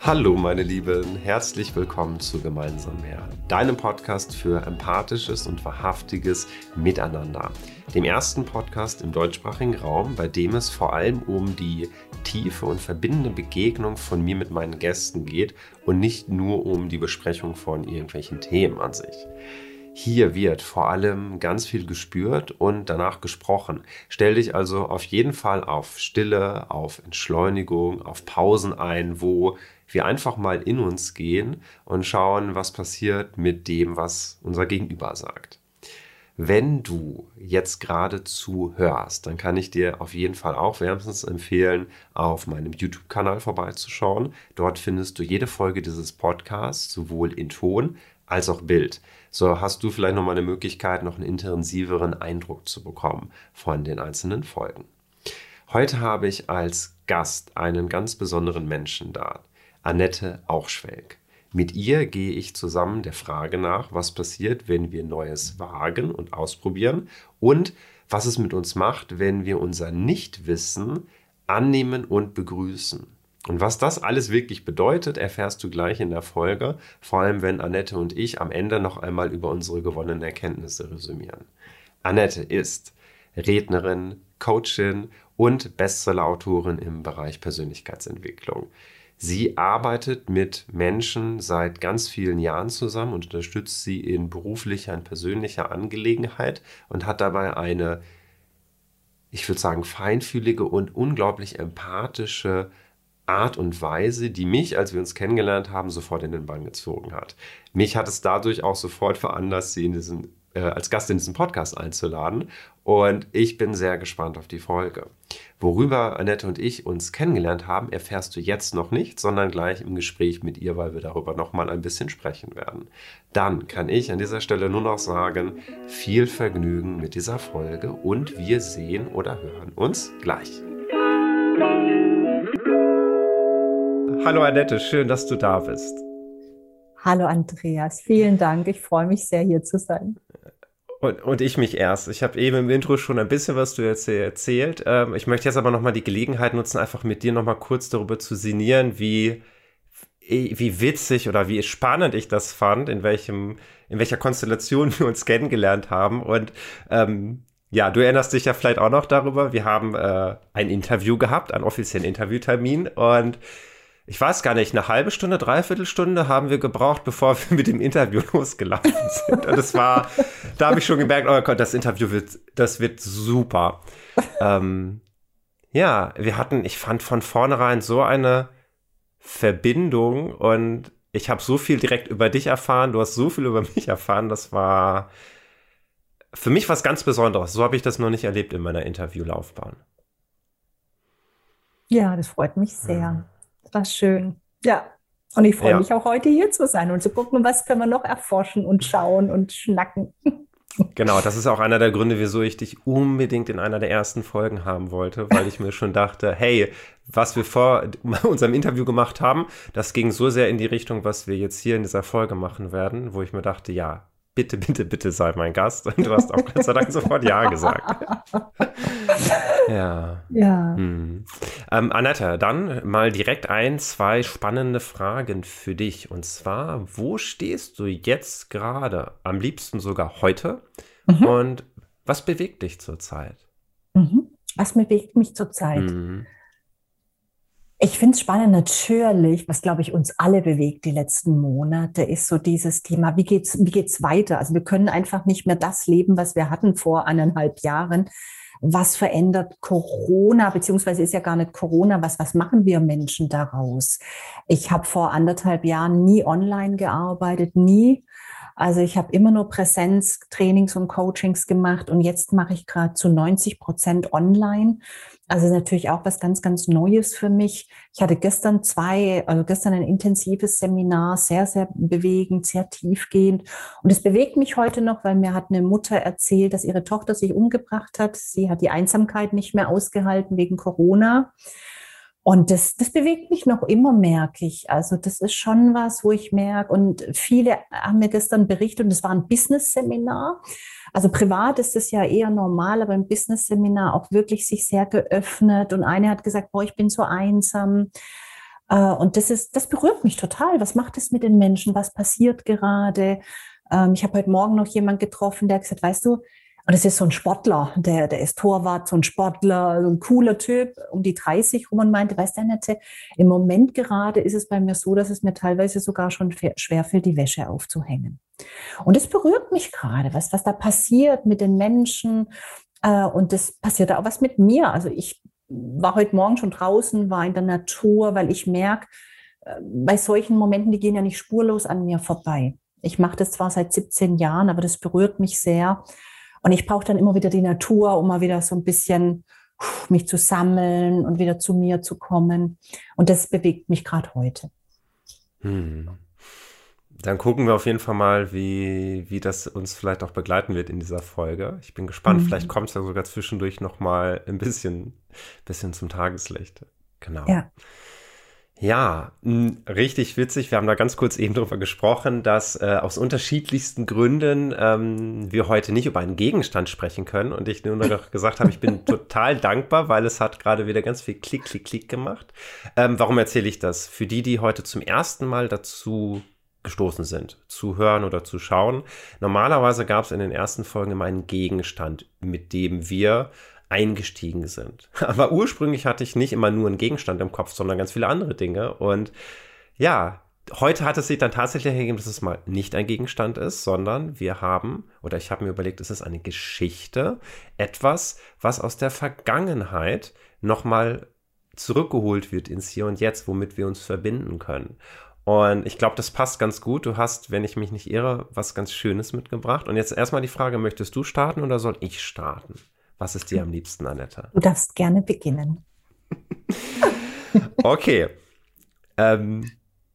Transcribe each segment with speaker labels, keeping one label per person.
Speaker 1: Hallo meine Lieben, herzlich willkommen zu Gemeinsam mehr, deinem Podcast für empathisches und wahrhaftiges Miteinander. Dem ersten Podcast im deutschsprachigen Raum, bei dem es vor allem um die tiefe und verbindende Begegnung von mir mit meinen Gästen geht und nicht nur um die Besprechung von irgendwelchen Themen an sich. Hier wird vor allem ganz viel gespürt und danach gesprochen. Stell dich also auf jeden Fall auf Stille, auf Entschleunigung, auf Pausen ein, wo wir einfach mal in uns gehen und schauen, was passiert mit dem, was unser Gegenüber sagt. Wenn du jetzt gerade zuhörst, dann kann ich dir auf jeden Fall auch wärmstens empfehlen, auf meinem YouTube-Kanal vorbeizuschauen. Dort findest du jede Folge dieses Podcasts, sowohl in Ton als auch Bild. So hast du vielleicht nochmal eine Möglichkeit, noch einen intensiveren Eindruck zu bekommen von den einzelnen Folgen. Heute habe ich als Gast einen ganz besonderen Menschen da, Annette Auchschwelg. Mit ihr gehe ich zusammen der Frage nach, was passiert, wenn wir Neues wagen und ausprobieren und was es mit uns macht, wenn wir unser Nichtwissen annehmen und begrüßen. Und was das alles wirklich bedeutet, erfährst du gleich in der Folge, vor allem wenn Annette und ich am Ende noch einmal über unsere gewonnenen Erkenntnisse resümieren. Annette ist Rednerin, Coachin und Bestsellerautorin im Bereich Persönlichkeitsentwicklung. Sie arbeitet mit Menschen seit ganz vielen Jahren zusammen und unterstützt sie in beruflicher und persönlicher Angelegenheit und hat dabei eine, ich würde sagen, feinfühlige und unglaublich empathische Art und Weise, die mich, als wir uns kennengelernt haben, sofort in den Bann gezogen hat. Mich hat es dadurch auch sofort veranlasst, sie als Gast in diesen Podcast einzuladen und ich bin sehr gespannt auf die Folge. Worüber Annette und ich uns kennengelernt haben, erfährst du jetzt noch nicht, sondern gleich im Gespräch mit ihr, weil wir darüber noch mal ein bisschen sprechen werden. Dann kann ich an dieser Stelle nur noch sagen, viel Vergnügen mit dieser Folge und wir sehen oder hören uns gleich. Hallo Annette, schön, dass du da bist.
Speaker 2: Hallo Andreas, vielen Dank. Ich freue mich sehr, hier zu sein.
Speaker 1: Und ich mich erst. Ich habe eben im Intro schon ein bisschen was du jetzt erzählt. Ich möchte jetzt aber nochmal die Gelegenheit nutzen, einfach mit dir nochmal kurz darüber zu sinnieren, wie witzig oder wie spannend ich das fand, in welcher Konstellation wir uns kennengelernt haben. Und ja, du erinnerst dich ja vielleicht auch noch darüber. Wir haben ein Interview gehabt, einen offiziellen Interviewtermin und ich weiß gar nicht, eine halbe Stunde, dreiviertel Stunde haben wir gebraucht, bevor wir mit dem Interview losgelaufen sind. Und da habe ich schon gemerkt, oh Gott, das wird super. Ja, ich fand von vornherein so eine Verbindung und ich habe so viel direkt über dich erfahren, du hast so viel über mich erfahren, das war für mich was ganz Besonderes. So habe ich das noch nicht erlebt in meiner Interviewlaufbahn.
Speaker 2: Ja, das freut mich sehr. Das war schön. Ja, und ich freue mich
Speaker 1: Ja.
Speaker 2: auch heute hier zu sein und zu gucken, was können wir noch erforschen und schauen und schnacken.
Speaker 1: Genau, das ist auch einer der Gründe, wieso ich dich unbedingt in einer der ersten Folgen haben wollte, weil ich mir schon dachte, hey, was wir vor unserem Interview gemacht haben, das ging so sehr in die Richtung, was wir jetzt hier in dieser Folge machen werden, wo ich mir dachte, ja, bitte, bitte, bitte sei mein Gast. Und du hast auch Gott sei Dank sofort Ja gesagt. Ja.
Speaker 2: Ja.
Speaker 1: Annette, dann mal direkt zwei spannende Fragen für dich. Und zwar, wo stehst du jetzt gerade? Am liebsten sogar heute.
Speaker 2: Mhm.
Speaker 1: Und was bewegt dich zurzeit?
Speaker 2: Mhm. Was bewegt mich zurzeit?
Speaker 1: Mhm.
Speaker 2: Ich finde es spannend, natürlich, was, glaube ich, uns alle bewegt die letzten Monate, ist so dieses Thema, wie geht's weiter? Also wir können einfach nicht mehr das leben, was wir hatten vor 1,5 Jahren. Was verändert Corona, beziehungsweise ist ja gar nicht Corona, was machen wir Menschen daraus? Ich habe vor 1,5 Jahren nie online gearbeitet, nie. Also ich habe immer nur Präsenztrainings und Coachings gemacht und jetzt mache ich gerade zu 90% online. Also natürlich auch was ganz, ganz Neues für mich. Ich hatte gestern ein intensives Seminar, sehr, sehr bewegend, sehr tiefgehend. Und es bewegt mich heute noch, weil mir hat eine Mutter erzählt, dass ihre Tochter sich umgebracht hat. Sie hat die Einsamkeit nicht mehr ausgehalten wegen Corona. Und das bewegt mich noch immer, merke ich. Also das ist schon was, wo ich merke, und viele haben mir gestern berichtet, und das war ein Business-Seminar. Also privat ist das ja eher normal, aber im Business-Seminar auch wirklich sich sehr geöffnet. Und eine hat gesagt, boah, ich bin so einsam. Und das berührt mich total. Was macht es mit den Menschen? Was passiert gerade? Ich habe heute Morgen noch jemanden getroffen, der hat gesagt, weißt du, und es ist so ein Sportler, der ist Torwart, so ein Sportler, so ein cooler Typ, um die 30 rum und meinte, weißt du, Annette, im Moment gerade ist es bei mir so, dass es mir teilweise sogar schon schwerfällt, die Wäsche aufzuhängen. Und es berührt mich gerade, was da passiert mit den Menschen. Und das passiert auch was mit mir. Also ich war heute Morgen schon draußen, war in der Natur, weil ich merke, bei solchen Momenten, die gehen ja nicht spurlos an mir vorbei. Ich mache das zwar seit 17 Jahren, aber das berührt mich sehr. Und ich brauche dann immer wieder die Natur, um mal wieder so ein bisschen mich zu sammeln und wieder zu mir zu kommen. Und das bewegt mich gerade heute.
Speaker 1: Hm. Dann gucken wir auf jeden Fall mal, wie das uns vielleicht auch begleiten wird in dieser Folge. Ich bin gespannt, vielleicht
Speaker 2: Mhm.
Speaker 1: kommt es ja sogar zwischendurch noch mal ein bisschen zum Tageslicht. Genau.
Speaker 2: Ja.
Speaker 1: Ja, richtig witzig. Wir haben da ganz kurz eben drüber gesprochen, dass aus unterschiedlichsten Gründen wir heute nicht über einen Gegenstand sprechen können. Und ich nur noch gesagt habe, ich bin total dankbar, weil es hat gerade wieder ganz viel Klick, Klick, Klick gemacht. Warum erzähle ich das? Für die, die heute zum ersten Mal dazu gestoßen sind, zu hören oder zu schauen. Normalerweise gab es in den ersten Folgen immer einen Gegenstand, mit dem wir eingestiegen sind. Aber ursprünglich hatte ich nicht immer nur einen Gegenstand im Kopf, sondern ganz viele andere Dinge. Und ja, heute hat es sich dann tatsächlich ergeben, dass es mal nicht ein Gegenstand ist, sondern ich habe mir überlegt, es ist eine Geschichte, etwas, was aus der Vergangenheit nochmal zurückgeholt wird ins Hier und Jetzt, womit wir uns verbinden können. Und ich glaube, das passt ganz gut. Du hast, wenn ich mich nicht irre, was ganz Schönes mitgebracht. Und jetzt erstmal die Frage, möchtest du starten oder soll ich starten? Was ist dir am liebsten, Annette?
Speaker 2: Du darfst gerne beginnen.
Speaker 1: Okay. Ähm,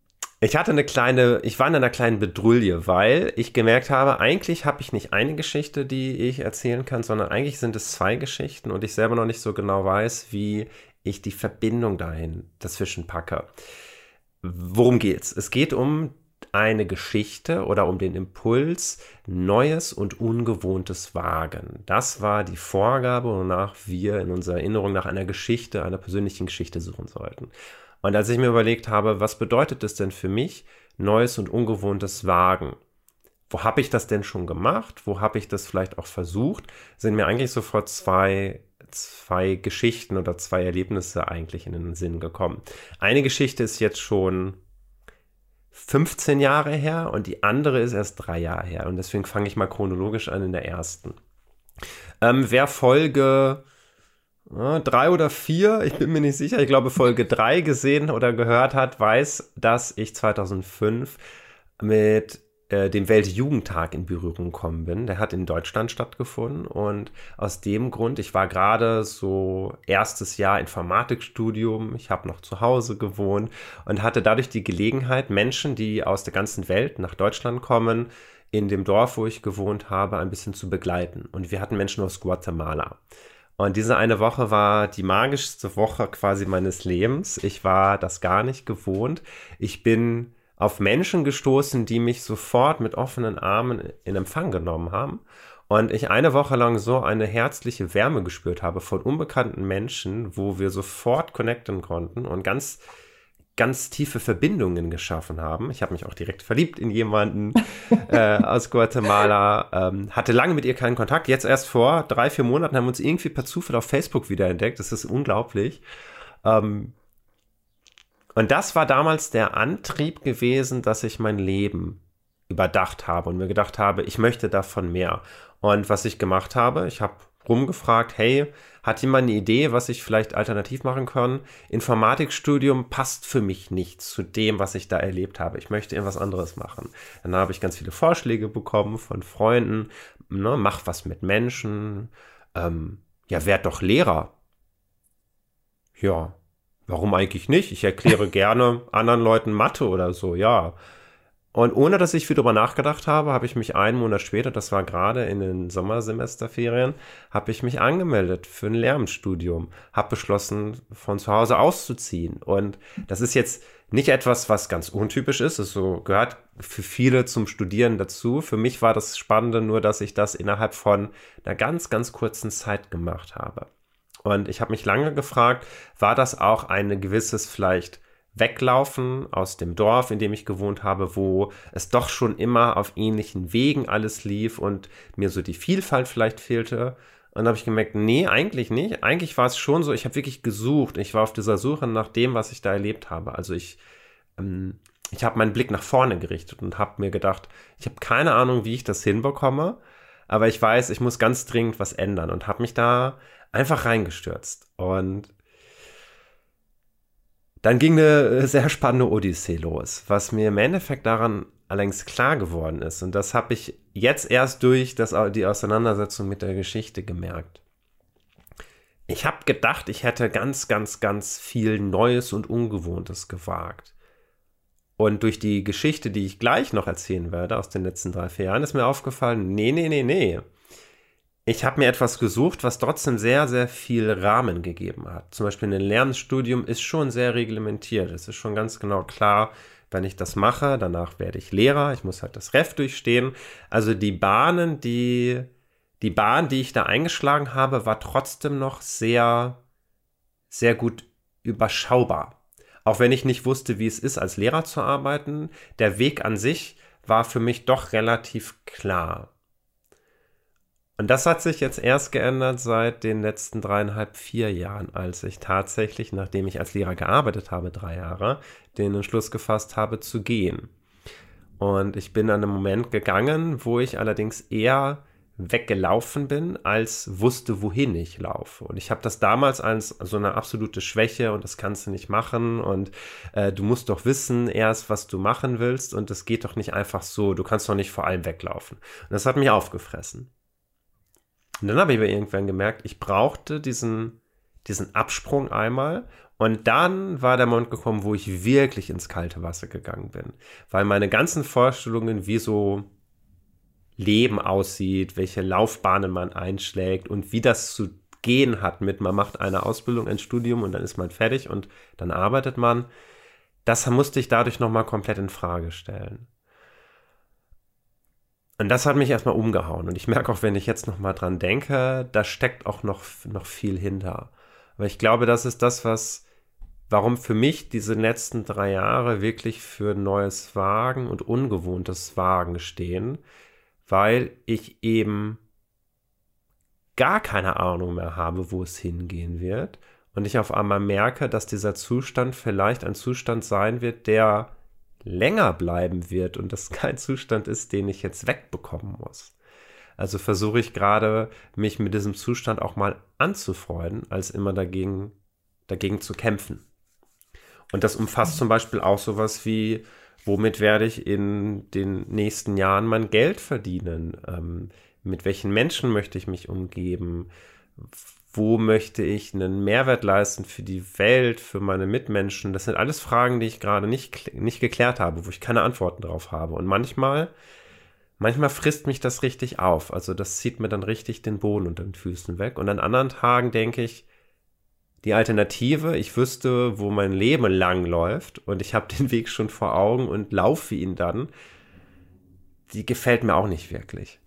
Speaker 1: ich war in einer kleinen Bedrulle, weil ich gemerkt habe, eigentlich habe ich nicht eine Geschichte, die ich erzählen kann, sondern eigentlich sind es zwei Geschichten und ich selber noch nicht so genau weiß, wie ich die Verbindung dazwischen packe. Worum geht's? Es geht um eine Geschichte oder um den Impuls, Neues und Ungewohntes wagen. Das war die Vorgabe, wonach wir in unserer Erinnerung nach einer Geschichte, einer persönlichen Geschichte suchen sollten. Und als ich mir überlegt habe, was bedeutet es denn für mich, Neues und Ungewohntes wagen? Wo habe ich das denn schon gemacht? Wo habe ich das vielleicht auch versucht? Sind mir eigentlich sofort zwei Geschichten oder zwei Erlebnisse eigentlich in den Sinn gekommen. Eine Geschichte ist jetzt schon 15 Jahre her und die andere ist erst 3 Jahre her. Und deswegen fange ich mal chronologisch an in der ersten. Wer Folge 3 oder 4, ich bin mir nicht sicher, ich glaube Folge 3 gesehen oder gehört hat, weiß, dass ich 2005 mit dem Weltjugendtag in Berührung gekommen bin. Der hat in Deutschland stattgefunden und aus dem Grund, ich war gerade so erstes Jahr Informatikstudium, ich habe noch zu Hause gewohnt und hatte dadurch die Gelegenheit, Menschen, die aus der ganzen Welt nach Deutschland kommen, in dem Dorf, wo ich gewohnt habe, ein bisschen zu begleiten. Und wir hatten Menschen aus Guatemala. Und diese eine Woche war die magischste Woche quasi meines Lebens. Ich war das gar nicht gewohnt. Ich bin auf Menschen gestoßen, die mich sofort mit offenen Armen in Empfang genommen haben. Und ich eine Woche lang so eine herzliche Wärme gespürt habe von unbekannten Menschen, wo wir sofort connecten konnten und ganz, ganz tiefe Verbindungen geschaffen haben. Ich habe mich auch direkt verliebt in jemanden aus Guatemala, hatte lange mit ihr keinen Kontakt. Jetzt erst vor 3, 4 Monaten haben wir uns irgendwie per Zufall auf Facebook wiederentdeckt. Das ist unglaublich. Und das war damals der Antrieb gewesen, dass ich mein Leben überdacht habe und mir gedacht habe, ich möchte davon mehr. Und was ich gemacht habe, ich habe rumgefragt, hey, hat jemand eine Idee, was ich vielleicht alternativ machen kann? Informatikstudium passt für mich nicht zu dem, was ich da erlebt habe. Ich möchte irgendwas anderes machen. Dann habe ich ganz viele Vorschläge bekommen von Freunden, ne, mach was mit Menschen, werd doch Lehrer. Ja, warum eigentlich nicht? Ich erkläre gerne anderen Leuten Mathe oder so, ja. Und ohne, dass ich viel drüber nachgedacht habe, habe ich mich einen Monat später, das war gerade in den Sommersemesterferien, habe ich mich angemeldet für ein Lehramtsstudium, habe beschlossen, von zu Hause auszuziehen. Und das ist jetzt nicht etwas, was ganz untypisch ist. Es so gehört für viele zum Studieren dazu. Für mich war das Spannende nur, dass ich das innerhalb von einer ganz, ganz kurzen Zeit gemacht habe. Und ich habe mich lange gefragt, war das auch ein gewisses vielleicht weglaufen aus dem Dorf, in dem ich gewohnt habe, wo es doch schon immer auf ähnlichen Wegen alles lief und mir so die Vielfalt vielleicht fehlte. Und dann habe ich gemerkt, nee, eigentlich nicht. Eigentlich war es schon so, ich habe wirklich gesucht. Ich war auf dieser Suche nach dem, was ich da erlebt habe. Also ich habe meinen Blick nach vorne gerichtet und habe mir gedacht, ich habe keine Ahnung, wie ich das hinbekomme, aber ich weiß, ich muss ganz dringend was ändern und habe mich da einfach reingestürzt. Und dann ging eine sehr spannende Odyssee los, was mir im Endeffekt daran allerdings klar geworden ist. Und das habe ich jetzt erst durch die Auseinandersetzung mit der Geschichte gemerkt. Ich habe gedacht, ich hätte ganz, ganz, ganz viel Neues und Ungewohntes gewagt. Und durch die Geschichte, die ich gleich noch erzählen werde, aus den letzten 3-4 Jahren, ist mir aufgefallen, nee. Ich habe mir etwas gesucht, was trotzdem sehr, sehr viel Rahmen gegeben hat. Zum Beispiel ein Lehramtsstudium ist schon sehr reglementiert. Es ist schon ganz genau klar, wenn ich das mache, danach werde ich Lehrer. Ich muss halt das Ref durchstehen. Also die Bahn, die ich da eingeschlagen habe, war trotzdem noch sehr, sehr gut überschaubar. Auch wenn ich nicht wusste, wie es ist, als Lehrer zu arbeiten, der Weg an sich war für mich doch relativ klar. Und das hat sich jetzt erst geändert seit den letzten 3,5-4 Jahren, als ich tatsächlich, nachdem ich als Lehrer gearbeitet habe, 3 Jahre, den Entschluss gefasst habe, zu gehen. Und ich bin an einen Moment gegangen, wo ich allerdings eher weggelaufen bin, als wusste, wohin ich laufe. Und ich habe das damals als so eine absolute Schwäche und das kannst du nicht machen und du musst doch wissen erst, was du machen willst und das geht doch nicht einfach so, du kannst doch nicht vor allem weglaufen. Und das hat mich aufgefressen. Und dann habe ich aber irgendwann gemerkt, ich brauchte diesen Absprung einmal. Und dann war der Moment gekommen, wo ich wirklich ins kalte Wasser gegangen bin. Weil meine ganzen Vorstellungen, wie so Leben aussieht, welche Laufbahnen man einschlägt und wie das zu gehen hat mit, man macht eine Ausbildung, ein Studium und dann ist man fertig und dann arbeitet man, das musste ich dadurch nochmal komplett in Frage stellen. Und das hat mich erstmal umgehauen. Und ich merke auch, wenn ich jetzt nochmal dran denke, da steckt auch noch viel hinter. Aber ich glaube, das ist das, warum für mich diese letzten 3 Jahre wirklich für neues Wagen und ungewohntes Wagen stehen, weil ich eben gar keine Ahnung mehr habe, wo es hingehen wird. Und ich auf einmal merke, dass dieser Zustand vielleicht ein Zustand sein wird, der länger bleiben wird und das kein Zustand ist, den ich jetzt wegbekommen muss. Also versuche ich gerade, mich mit diesem Zustand auch mal anzufreunden, als immer dagegen zu kämpfen. Und das umfasst zum Beispiel auch sowas wie, womit werde ich in den nächsten Jahren mein Geld verdienen? Mit welchen Menschen möchte ich mich umgeben? Wo möchte ich einen Mehrwert leisten für die Welt, für meine Mitmenschen? Das sind alles Fragen, die ich gerade nicht geklärt habe, wo ich keine Antworten drauf habe. Und manchmal frisst mich das richtig auf. Also das zieht mir dann richtig den Boden unter den Füßen weg. Und an anderen Tagen denke ich, die Alternative, ich wüsste, wo mein Leben lang läuft und ich habe den Weg schon vor Augen und laufe ihn dann, die gefällt mir auch nicht wirklich.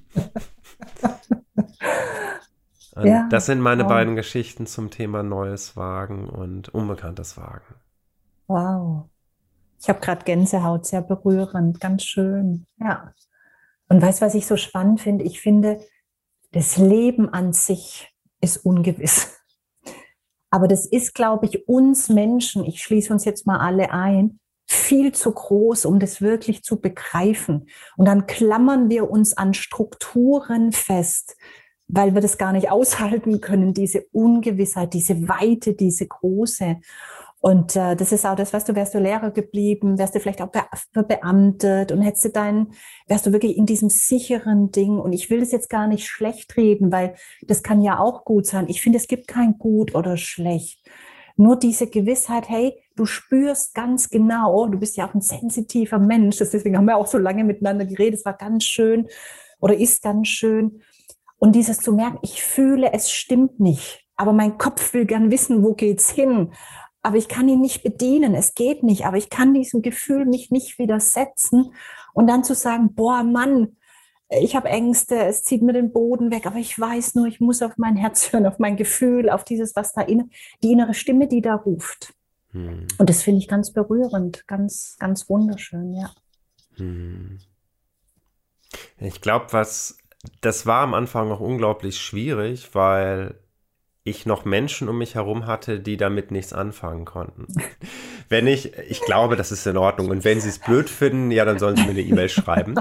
Speaker 1: Ja, das sind meine beiden Geschichten zum Thema neues Wagen und unbekanntes Wagen.
Speaker 2: Wow. Ich habe gerade Gänsehaut, sehr berührend, ganz schön. Ja. Und weißt du, was ich so spannend finde? Ich finde, das Leben an sich ist ungewiss. Aber das ist, glaube ich, uns Menschen, ich schließe uns jetzt mal alle ein, viel zu groß, um das wirklich zu begreifen. Und dann klammern wir uns an Strukturen fest, weil wir das gar nicht aushalten können, diese Ungewissheit, diese Weite, diese große. Und das ist auch das, weißt du, wärst du Lehrer geblieben, wärst du vielleicht auch beamtet und wärst du wirklich in diesem sicheren Ding. Und ich will das jetzt gar nicht schlecht reden, weil das kann ja auch gut sein. Ich finde, es gibt kein gut oder schlecht. Nur diese Gewissheit, hey, du spürst ganz genau, du bist ja auch ein sensitiver Mensch, deswegen haben wir auch so lange miteinander geredet, es war ganz schön oder ist ganz schön. Und dieses zu merken, ich fühle, es stimmt nicht, aber mein Kopf will gern wissen, wo geht's hin? Aber ich kann ihn nicht bedienen, es geht nicht, aber ich kann diesem Gefühl mich nicht widersetzen und dann zu sagen, boah, Mann, ich habe Ängste, es zieht mir den Boden weg, aber ich weiß ich muss auf mein Herz hören, auf mein Gefühl, auf dieses, was da die innere Stimme, die da ruft.
Speaker 1: Hm.
Speaker 2: Und das finde ich ganz berührend, ganz, ganz wunderschön, ja.
Speaker 1: Hm. Ich glaube, das war am Anfang auch unglaublich schwierig, weil ich noch Menschen um mich herum hatte, die damit nichts anfangen konnten. Ich glaube, das ist in Ordnung. Und wenn sie es blöd finden, ja, dann sollen sie mir eine E-Mail schreiben.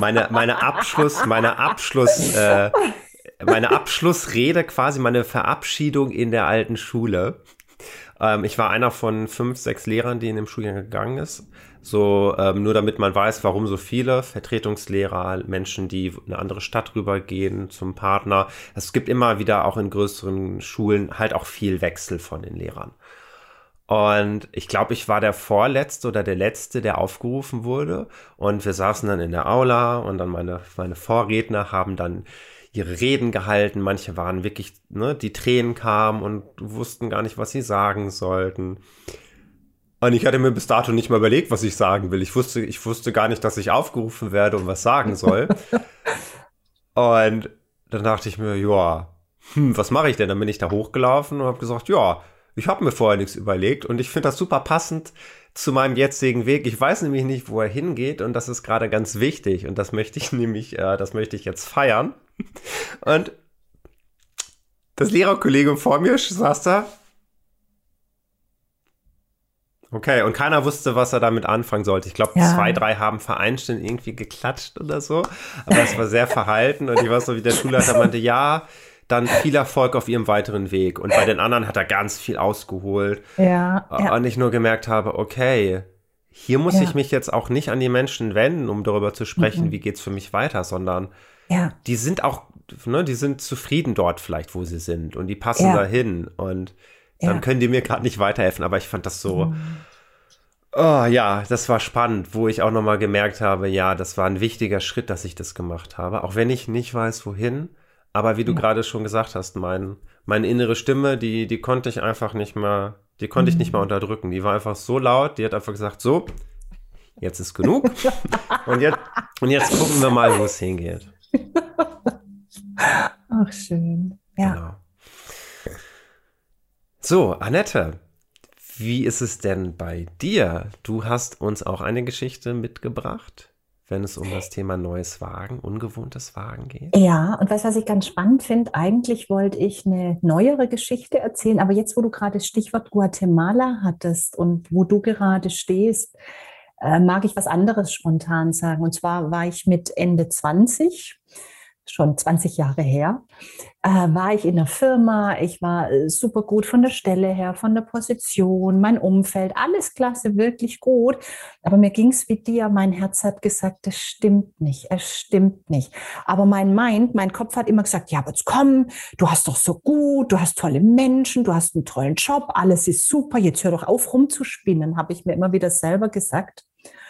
Speaker 1: Meine Abschlussrede, quasi meine Verabschiedung in der alten Schule. Ich war einer von 5, 6 Lehrern, die in dem Schuljahr gegangen ist. So, nur damit man weiß, warum so viele Vertretungslehrer, Menschen, die in eine andere Stadt rübergehen zum Partner. Es gibt immer wieder auch in größeren Schulen halt auch viel Wechsel von den Lehrern. Und ich glaube, ich war der Vorletzte oder der Letzte, der aufgerufen wurde. Und wir saßen dann in der Aula und dann meine Vorredner haben dann ihre Reden gehalten. Manche waren wirklich, ne, die Tränen kamen und wussten gar nicht, was sie sagen sollten. Und ich hatte mir bis dato nicht mal überlegt, was ich sagen will. Ich wusste gar nicht, dass ich aufgerufen werde und was sagen soll. Und dann dachte ich mir, ja, was mache ich denn? Dann bin ich da hochgelaufen und habe gesagt, ja, ich habe mir vorher nichts überlegt und ich finde das super passend zu meinem jetzigen Weg. Ich weiß nämlich nicht, wo er hingeht und das ist gerade ganz wichtig und das möchte ich jetzt feiern. Und das Lehrerkollegium vor mir saß da. Okay, und keiner wusste, was er damit anfangen sollte. Ich glaube, 2, 3 haben vereinzelt irgendwie geklatscht oder so. Aber es war sehr verhalten und ich weiß noch, wie der Schulleiter meinte, ja, dann viel Erfolg auf ihrem weiteren Weg. Und bei den anderen hat er ganz viel ausgeholt.
Speaker 2: Ja.
Speaker 1: Und ich nur gemerkt habe, okay, hier muss ich mich jetzt auch nicht an die Menschen wenden, um darüber zu sprechen, wie geht's für mich weiter, sondern die sind auch, ne, die sind zufrieden dort vielleicht, wo sie sind und die passen dahin und dann können die mir gerade nicht weiterhelfen. Aber ich fand das so, oh ja, das war spannend, wo ich auch nochmal gemerkt habe, ja, das war ein wichtiger Schritt, dass ich das gemacht habe, auch wenn ich nicht weiß, wohin. Aber wie du gerade schon gesagt hast, meine innere Stimme, die konnte ich einfach nicht mehr, die konnte ich nicht mehr unterdrücken. Die war einfach so laut, die hat einfach gesagt, so, jetzt ist genug. und jetzt gucken wir mal, wo es hingeht.
Speaker 2: Ach, schön. Ja.
Speaker 1: Genau. So, Annette, wie ist es denn bei dir? Du hast uns auch eine Geschichte mitgebracht, wenn es um das Thema neues Wagen, ungewohntes Wagen geht.
Speaker 2: Ja, und weißt du, was ich ganz spannend finde? Eigentlich wollte ich eine neuere Geschichte erzählen, aber jetzt, wo du gerade das Stichwort Guatemala hattest und wo du gerade stehst, mag ich was anderes spontan sagen. Und zwar war ich mit Ende 20, schon 20 Jahre her, war ich in der Firma. Ich war super gut von der Stelle her, von der Position, mein Umfeld, alles klasse, wirklich gut. Aber mir ging es wie dir. Mein Herz hat gesagt, das stimmt nicht, es stimmt nicht. Aber mein Kopf hat immer gesagt, ja, aber jetzt komm, du hast doch so gut, du hast tolle Menschen, du hast einen tollen Job, alles ist super, jetzt hör doch auf rumzuspinnen, habe ich mir immer wieder selber gesagt.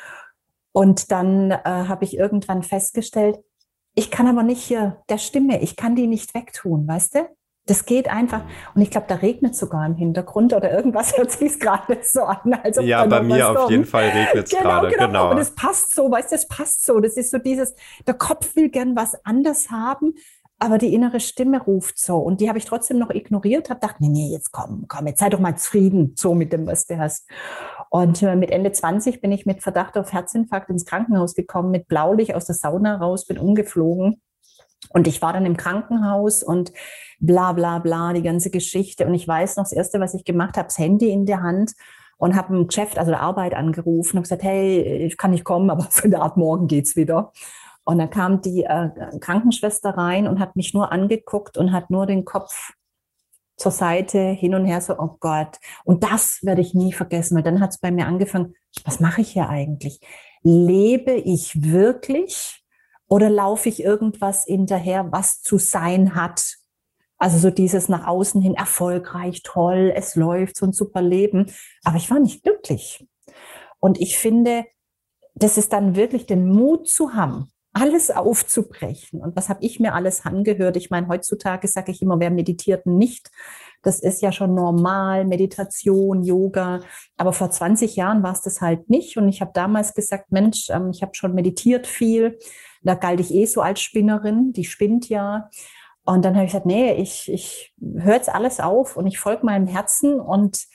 Speaker 2: Und dann habe ich irgendwann festgestellt, ich kann aber nicht hier der Stimme, ich kann die nicht wegtun, weißt du? Das geht einfach. Und ich glaube, da regnet sogar im Hintergrund oder irgendwas, hört sich gerade so an. Als ob
Speaker 1: ja, bei mir auf jeden Fall regnet es gerade.
Speaker 2: Genau. Und es passt so, weißt du, es passt so. Das ist so dieses, der Kopf will gern was anderes haben, aber die innere Stimme ruft so. Und die habe ich trotzdem noch ignoriert, habe gedacht, nee, jetzt komm, jetzt sei doch mal zufrieden so mit dem, was du hast. Und mit Ende 20 bin ich mit Verdacht auf Herzinfarkt ins Krankenhaus gekommen, mit Blaulicht aus der Sauna raus, bin umgeflogen. Und ich war dann im Krankenhaus und bla bla bla, die ganze Geschichte. Und ich weiß noch, das Erste, was ich gemacht habe, das Handy in der Hand und habe ein Geschäft, also der Arbeit angerufen und gesagt, hey, ich kann nicht kommen, aber für eine Art morgen geht's wieder. Und dann kam die Krankenschwester rein und hat mich nur angeguckt und hat nur den Kopf zur Seite, hin und her, so, oh Gott. Und das werde ich nie vergessen, weil dann hat es bei mir angefangen, was mache ich hier eigentlich? Lebe ich wirklich oder laufe ich irgendwas hinterher, was zu sein hat? Also so dieses nach außen hin erfolgreich, toll, es läuft, so ein super Leben. Aber ich war nicht glücklich. Und ich finde, das ist dann wirklich den Mut zu haben, alles aufzubrechen. Und was habe ich mir alles angehört? Ich meine, heutzutage sage ich immer, wer meditiert nicht? Das ist ja schon normal, Meditation, Yoga. Aber vor 20 Jahren war es das halt nicht. Und ich habe damals gesagt, Mensch, ich habe schon meditiert viel. Da galt ich so als Spinnerin, die spinnt ja. Und dann habe ich gesagt, nee, ich höre jetzt alles auf und ich folge meinem Herzen und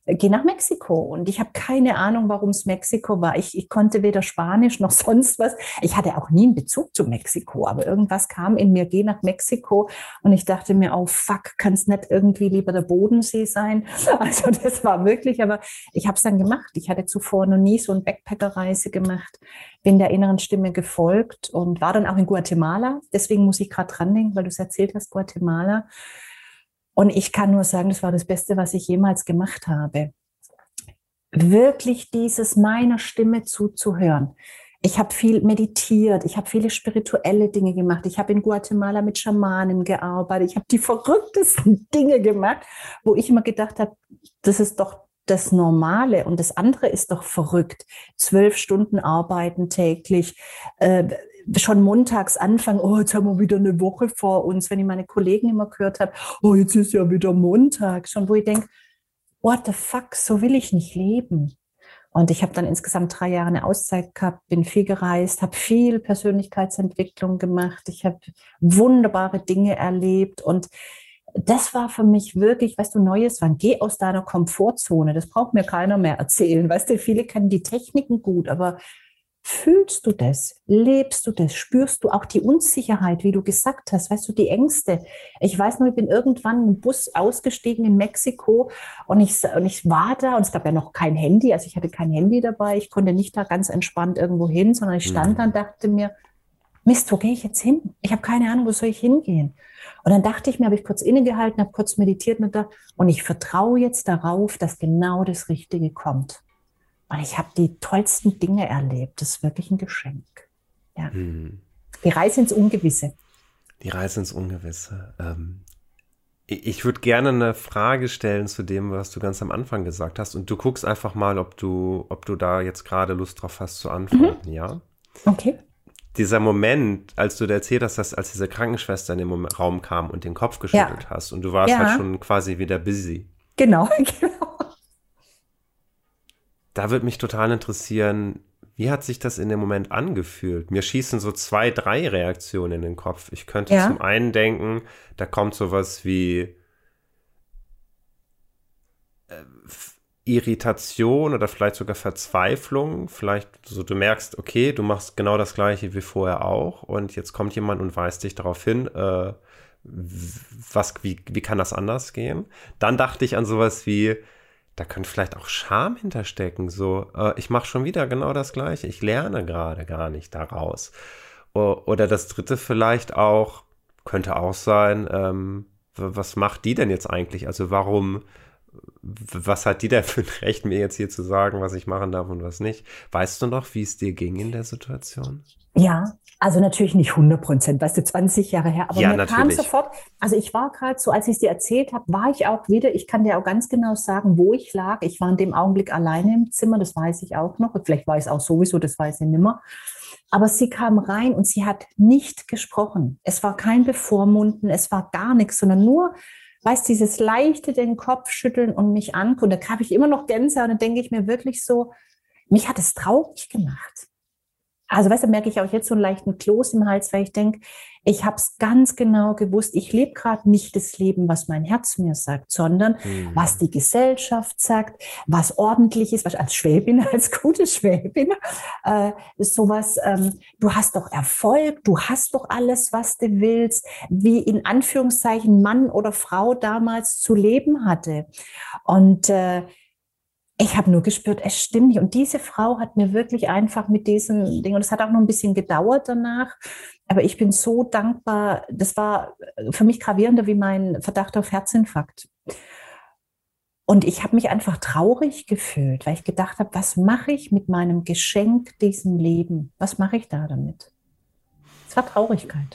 Speaker 2: geh nach Mexiko. Und ich habe keine Ahnung, warum es Mexiko war. Ich konnte weder Spanisch noch sonst was. Ich hatte auch nie einen Bezug zu Mexiko, aber irgendwas kam in mir, geh nach Mexiko. Und ich dachte mir, oh fuck, kann es nicht irgendwie lieber der Bodensee sein? Also das war wirklich, aber ich habe es dann gemacht. Ich hatte zuvor noch nie so eine Backpackerreise gemacht, bin der inneren Stimme gefolgt und war dann auch in Guatemala. Deswegen muss ich gerade dran denken, weil du es erzählt hast, Guatemala. Und ich kann nur sagen, das war das Beste, was ich jemals gemacht habe. Wirklich dieses meiner Stimme zuzuhören. Ich habe viel meditiert, ich habe viele spirituelle Dinge gemacht. Ich habe in Guatemala mit Schamanen gearbeitet. Ich habe die verrücktesten Dinge gemacht, wo ich immer gedacht habe, das ist doch das Normale und das andere ist doch verrückt. 12 Stunden arbeiten täglich, schon montags anfangen, oh, jetzt haben wir wieder eine Woche vor uns. Wenn ich meine Kollegen immer gehört habe, oh, jetzt ist ja wieder Montag. Schon wo ich denke, what the fuck, so will ich nicht leben. Und ich habe dann insgesamt 3 Jahre eine Auszeit gehabt, bin viel gereist, habe viel Persönlichkeitsentwicklung gemacht. Ich habe wunderbare Dinge erlebt und das war für mich wirklich, weißt du, neues Waren. Geh aus deiner Komfortzone. Das braucht mir keiner mehr erzählen. Weißt du, viele kennen die Techniken gut, aber fühlst du das? Lebst du das? Spürst du auch die Unsicherheit, wie du gesagt hast? Weißt du, die Ängste? Ich weiß noch, ich bin irgendwann im Bus ausgestiegen in Mexiko und ich war da und es gab ja noch kein Handy. Also ich hatte kein Handy dabei. Ich konnte nicht da ganz entspannt irgendwo hin, sondern ich stand da und dachte mir, Mist, wo gehe ich jetzt hin? Ich habe keine Ahnung, wo soll ich hingehen? Und dann dachte ich mir, habe ich kurz innegehalten, habe kurz meditiert und ich vertraue jetzt darauf, dass genau das Richtige kommt. Und ich habe die tollsten Dinge erlebt. Das ist wirklich ein Geschenk. Ja. Die Reise ins Ungewisse.
Speaker 1: Die Reise ins Ungewisse. Ich würde gerne eine Frage stellen zu dem, was du ganz am Anfang gesagt hast. Und du guckst einfach mal, ob du da jetzt gerade Lust drauf hast zu antworten, ja?
Speaker 2: Okay.
Speaker 1: Dieser Moment, als du dir erzählt hast, dass als diese Krankenschwester in den Raum kam und den Kopf geschüttelt hast und du warst halt schon quasi wieder busy.
Speaker 2: Genau.
Speaker 1: Da würde mich total interessieren, wie hat sich das in dem Moment angefühlt? Mir schießen so 2, 3 Reaktionen in den Kopf. Ich könnte zum einen denken, da kommt sowas wie Irritation oder vielleicht sogar Verzweiflung. Vielleicht so, du merkst, okay, du machst genau das Gleiche wie vorher auch und jetzt kommt jemand und weist dich darauf hin, wie kann das anders gehen? Dann dachte ich an sowas wie, da könnte vielleicht auch Scham hinterstecken, so, ich mache schon wieder genau das Gleiche, ich lerne gerade gar nicht daraus. Oder das dritte vielleicht auch, könnte auch sein, was macht die denn jetzt eigentlich? Also was hat die denn für ein Recht, mir jetzt hier zu sagen, was ich machen darf und was nicht? Weißt du noch, wie es dir ging in der Situation?
Speaker 2: Ja, also natürlich nicht 100%, weißt du, 20 Jahre her, aber
Speaker 1: ja,
Speaker 2: mir
Speaker 1: natürlich.
Speaker 2: Kam sofort, also ich war gerade so, als ich es dir erzählt habe, war ich auch wieder, ich kann dir auch ganz genau sagen, wo ich lag. Ich war in dem Augenblick alleine im Zimmer, das weiß ich auch noch. Und vielleicht war ich es auch sowieso, das weiß ich nimmer. Aber sie kam rein und sie hat nicht gesprochen. Es war kein Bevormunden, es war gar nichts, sondern nur, weißt, dieses leichte den Kopf schütteln und mich angucken. Da habe ich immer noch Gänsehaut und dann denke ich mir wirklich so, mich hat es traurig gemacht. Also weißt du, merke ich auch jetzt so einen leichten Kloß im Hals, weil ich denke, ich habe es ganz genau gewusst, ich lebe gerade nicht das Leben, was mein Herz mir sagt, sondern was die Gesellschaft sagt, was ordentlich ist, was als Schwäbin, als gute Schwäbin, ist sowas, du hast doch Erfolg, du hast doch alles, was du willst, wie in Anführungszeichen Mann oder Frau damals zu leben hatte. Und ich habe nur gespürt, es stimmt nicht. Und diese Frau hat mir wirklich einfach mit diesem Ding, und es hat auch noch ein bisschen gedauert danach, aber ich bin so dankbar. Das war für mich gravierender wie mein Verdacht auf Herzinfarkt. Und ich habe mich einfach traurig gefühlt, weil ich gedacht habe, was mache ich mit meinem Geschenk, diesem Leben? Was mache ich da damit? Es war Traurigkeit.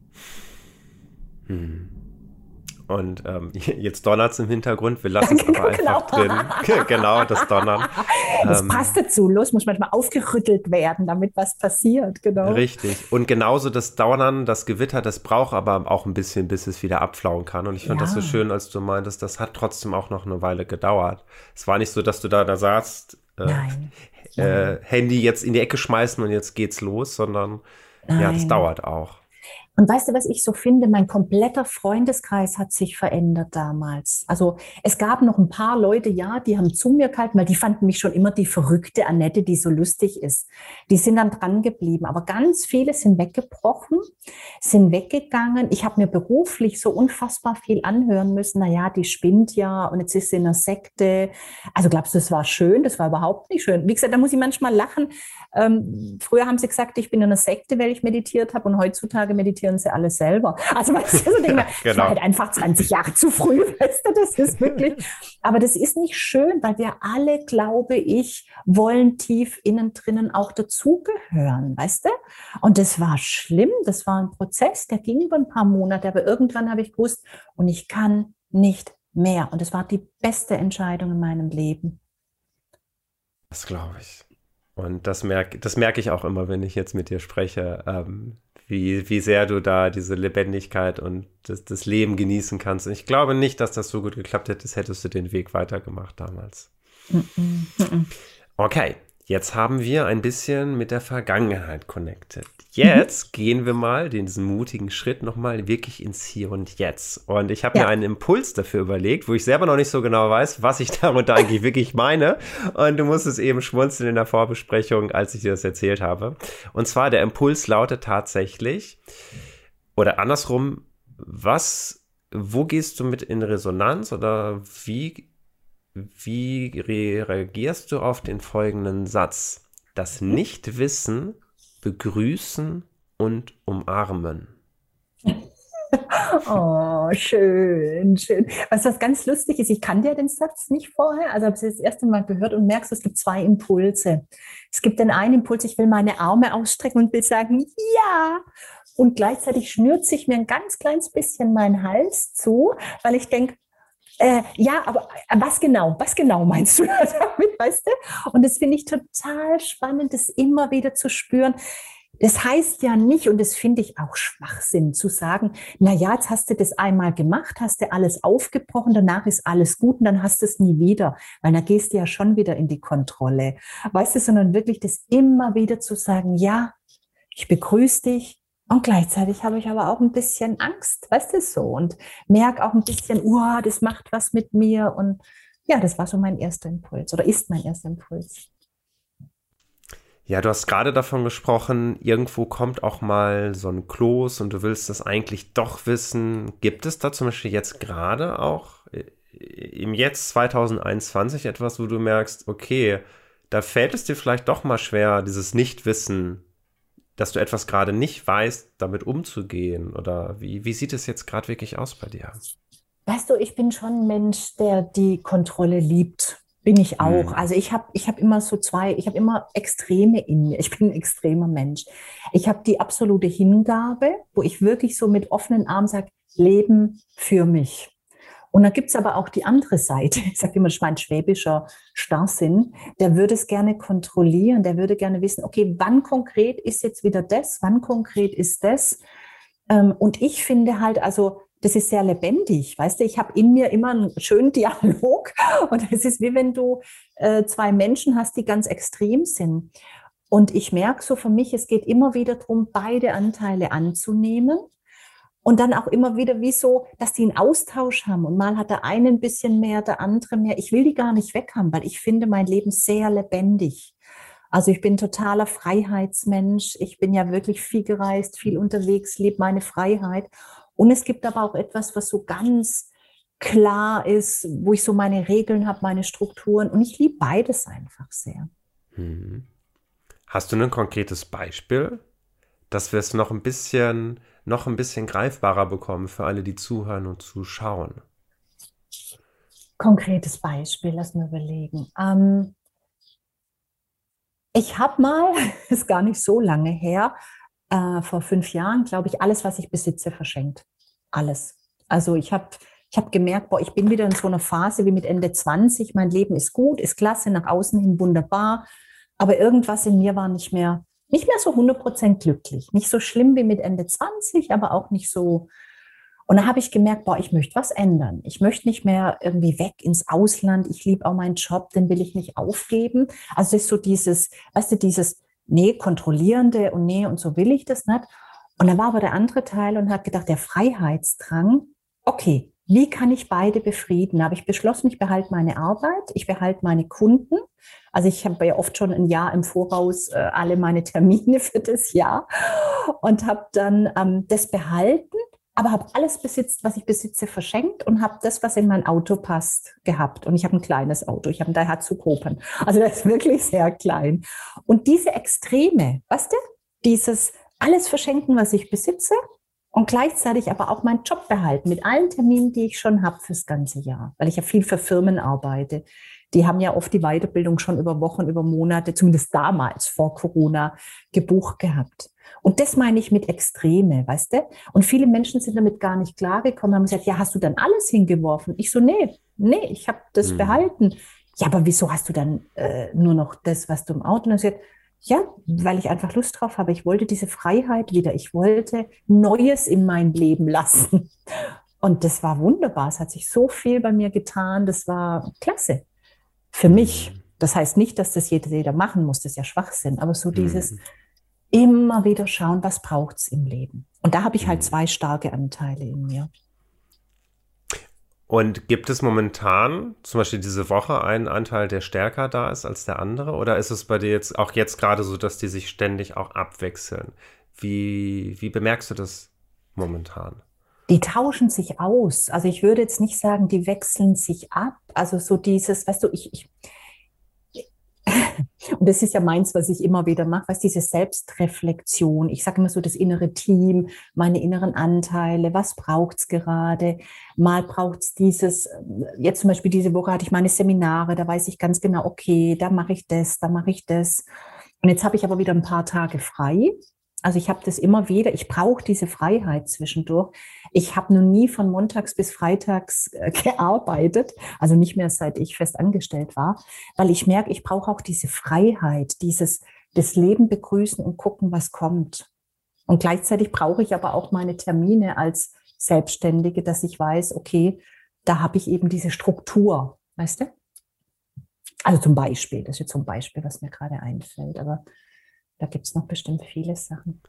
Speaker 1: Und jetzt donnert es im Hintergrund. Wir lassen es aber einfach drin. Genau, das Donnern.
Speaker 2: Das passt dazu. Los, muss manchmal aufgerüttelt werden, damit was passiert. Genau.
Speaker 1: Richtig. Und genauso das Donnern, das Gewitter, das braucht aber auch ein bisschen, bis es wieder abflauen kann. Und ich fand das so schön, als du meintest, das hat trotzdem auch noch eine Weile gedauert. Es war nicht so, dass du da saßt, Handy jetzt in die Ecke schmeißen und jetzt geht's los, sondern ja, das dauert auch.
Speaker 2: Und weißt du, was ich so finde? Mein kompletter Freundeskreis hat sich verändert damals. Also es gab noch ein paar Leute, ja, die haben zu mir gehalten, weil die fanden mich schon immer die verrückte Annette, die so lustig ist. Die sind dann dran geblieben. Aber ganz viele sind weggebrochen, sind weggegangen. Ich habe mir beruflich so unfassbar viel anhören müssen. Naja, die spinnt ja und jetzt ist sie in einer Sekte. Also glaubst du, das war schön? Das war überhaupt nicht schön. Wie gesagt, da muss ich manchmal lachen. Früher haben sie gesagt, ich bin in einer Sekte, weil ich meditiert habe, und heutzutage meditieren sie alle selber. Also weißt du, so denke ich,
Speaker 1: Genau.
Speaker 2: war halt einfach 20 Jahre zu früh, weißt du, das ist wirklich, aber das ist nicht schön, weil wir alle, glaube ich, wollen tief innen drinnen auch dazugehören, weißt du? Und das war schlimm, das war ein Prozess, der ging über ein paar Monate, aber irgendwann habe ich gewusst, und ich kann nicht mehr. Und das war die beste Entscheidung in meinem Leben.
Speaker 1: Das glaube ich. Und das merke ich auch immer, wenn ich jetzt mit dir spreche, wie sehr du da diese Lebendigkeit und das Leben genießen kannst. Und ich glaube nicht, dass das so gut geklappt hätte, hättest du den Weg weitergemacht damals.
Speaker 2: Mm-mm, mm-mm.
Speaker 1: Okay, jetzt haben wir ein bisschen mit der Vergangenheit connected.
Speaker 2: Mhm.
Speaker 1: Jetzt gehen wir mal diesen mutigen Schritt nochmal wirklich ins Hier und Jetzt. Und ich habe mir
Speaker 2: Ja.
Speaker 1: einen Impuls dafür überlegt, wo ich selber noch nicht so genau weiß, was ich darunter eigentlich wirklich meine. Und du musstest eben schmunzeln in der Vorbesprechung, als ich dir das erzählt habe. Und zwar, der Impuls lautet tatsächlich, oder andersrum, wo gehst du mit in Resonanz oder wie reagierst du auf den folgenden Satz? Das Nichtwissen begrüßen und umarmen.
Speaker 2: Oh, schön, schön. Was ganz lustig ist, ich kannte ja den Satz nicht vorher, also habe ich das erste Mal gehört und merkst, es gibt zwei Impulse. Es gibt den einen Impuls, ich will meine Arme ausstrecken und will sagen, ja. Und gleichzeitig schnürt sich mir ein ganz kleines bisschen mein Hals zu, weil ich denke, ja, aber was genau meinst du damit, weißt du? Und das finde ich total spannend, das immer wieder zu spüren. Das heißt ja nicht, und das finde ich auch Schwachsinn, zu sagen, na ja, jetzt hast du das einmal gemacht, hast du alles aufgebrochen, danach ist alles gut und dann hast du es nie wieder, weil dann gehst du ja schon wieder in die Kontrolle, weißt du, sondern wirklich das immer wieder zu sagen, ja, ich begrüße dich, und gleichzeitig habe ich aber auch ein bisschen Angst, weißt du, so, und merke auch ein bisschen, das macht was mit mir, und ja, das war so mein erster Impuls oder ist mein erster Impuls.
Speaker 1: Ja, du hast gerade davon gesprochen, irgendwo kommt auch mal so ein Kloß und du willst das eigentlich doch wissen. Gibt es da zum Beispiel jetzt gerade auch im Jetzt 2021 etwas, wo du merkst, okay, da fällt es dir vielleicht doch mal schwer, dieses Nichtwissen, dass du etwas gerade nicht weißt, damit umzugehen? Oder wie sieht es jetzt gerade wirklich aus bei dir?
Speaker 2: Weißt du, ich bin schon ein Mensch, der die Kontrolle liebt. Bin ich auch.
Speaker 1: Hm.
Speaker 2: Also ich hab immer ich habe immer Extreme in mir. Ich bin ein extremer Mensch. Ich habe die absolute Hingabe, wo ich wirklich so mit offenen Armen sage, Leben für mich. Und dann gibt's aber auch die andere Seite. Ich sage immer, das ist mein schwäbischer Starrsinn. Der würde es gerne kontrollieren. Der würde gerne wissen, okay, wann konkret ist jetzt wieder das? Wann konkret ist das? Und ich finde halt, also das ist sehr lebendig, weißt du, ich habe in mir immer einen schönen Dialog, und es ist wie wenn du zwei Menschen hast, die ganz extrem sind. Und ich merke so für mich, es geht immer wieder darum, beide Anteile anzunehmen und dann auch immer wieder wie so, dass die einen Austausch haben, und mal hat der eine ein bisschen mehr, der andere mehr. Ich will die gar nicht weghaben, weil ich finde mein Leben sehr lebendig. Also ich bin totaler Freiheitsmensch. Ich bin ja wirklich viel gereist, viel unterwegs, lebe meine Freiheit. Und es gibt aber auch etwas, was so ganz klar ist, wo ich so meine Regeln habe, meine Strukturen. Und ich liebe beides einfach sehr.
Speaker 1: Hm. Hast du ein konkretes Beispiel, dass wir es noch ein bisschen greifbarer bekommen für alle, die zuhören und zuschauen?
Speaker 2: Konkretes Beispiel, lass mir überlegen. Ich habe mal, ist gar nicht so lange her, vor 5 Jahren, glaube ich, alles, was ich besitze, verschenkt. Alles. Also ich hab gemerkt, boah, ich bin wieder in so einer Phase wie mit Ende 20. Mein Leben ist gut, ist klasse, nach außen hin wunderbar. Aber irgendwas in mir war nicht mehr so 100% glücklich. Nicht so schlimm wie mit Ende 20, aber auch nicht so. Und da habe ich gemerkt, boah, ich möchte was ändern. Ich möchte nicht mehr irgendwie weg ins Ausland. Ich liebe auch meinen Job, den will ich nicht aufgeben. Also es ist so dieses, weißt du, dieses, nee, kontrollierende und nee, und so will ich das nicht. Und dann war aber der andere Teil und hat gedacht, der Freiheitsdrang, okay, wie kann ich beide befrieden? Da habe ich beschlossen, ich behalte meine Arbeit, ich behalte meine Kunden. Also ich habe ja oft schon ein Jahr im Voraus alle meine Termine für das Jahr und habe dann das behalten, aber habe alles besitzt, was ich besitze, verschenkt und habe das, was in mein Auto passt, gehabt. Und ich habe ein kleines Auto, ich habe einen Daihatsu Copan. Also das ist wirklich sehr klein. Und diese Extreme, weißt du, dieses alles verschenken, was ich besitze und gleichzeitig aber auch meinen Job behalten mit allen Terminen, die ich schon habe fürs ganze Jahr, weil ich ja viel für Firmen arbeite. Die haben ja oft die Weiterbildung schon über Wochen, über Monate, zumindest damals vor Corona, gebucht gehabt. Und das meine ich mit Extreme, weißt du? Und viele Menschen sind damit gar nicht klargekommen, haben gesagt, ja, hast du dann alles hingeworfen? Ich so, nee, ich habe das behalten. Ja, aber wieso hast du dann nur noch das, was du im Auto hast? Ja, weil ich einfach Lust drauf habe. Ich wollte diese Freiheit wieder. Ich wollte Neues in mein Leben lassen. Und das war wunderbar. Es hat sich so viel bei mir getan. Das war klasse. Für mich. Das heißt nicht, dass das jeder machen muss. Das ist ja Schwachsinn. Aber so dieses immer wieder schauen, was braucht es im Leben. Und da habe ich halt zwei starke Anteile in mir.
Speaker 1: Und gibt es momentan, zum Beispiel diese Woche, einen Anteil, der stärker da ist als der andere? Oder ist es bei dir jetzt auch jetzt gerade so, dass die sich ständig auch abwechseln? Wie bemerkst du das momentan?
Speaker 2: Die tauschen sich aus. Also ich würde jetzt nicht sagen, die wechseln sich ab. Also so dieses, weißt du, und das ist ja meins, was ich immer wieder mache, was diese Selbstreflexion. Ich sage immer so das innere Team, meine inneren Anteile, was braucht's gerade? Mal braucht's dieses, jetzt zum Beispiel diese Woche hatte ich meine Seminare, da weiß ich ganz genau, okay, da mache ich das, da mache ich das. Und jetzt habe ich aber wieder ein paar Tage frei. Also ich habe das immer wieder, ich brauche diese Freiheit zwischendurch. Ich habe noch nie von montags bis freitags gearbeitet, also nicht mehr seit ich fest angestellt war, weil ich merke, ich brauche auch diese Freiheit, dieses das Leben begrüßen und gucken, was kommt. Und gleichzeitig brauche ich aber auch meine Termine als Selbstständige, dass ich weiß, okay, da habe ich eben diese Struktur, weißt du? Also zum Beispiel, das ist jetzt zum Beispiel, was mir gerade einfällt, aber da gibt es noch bestimmt viele Sachen.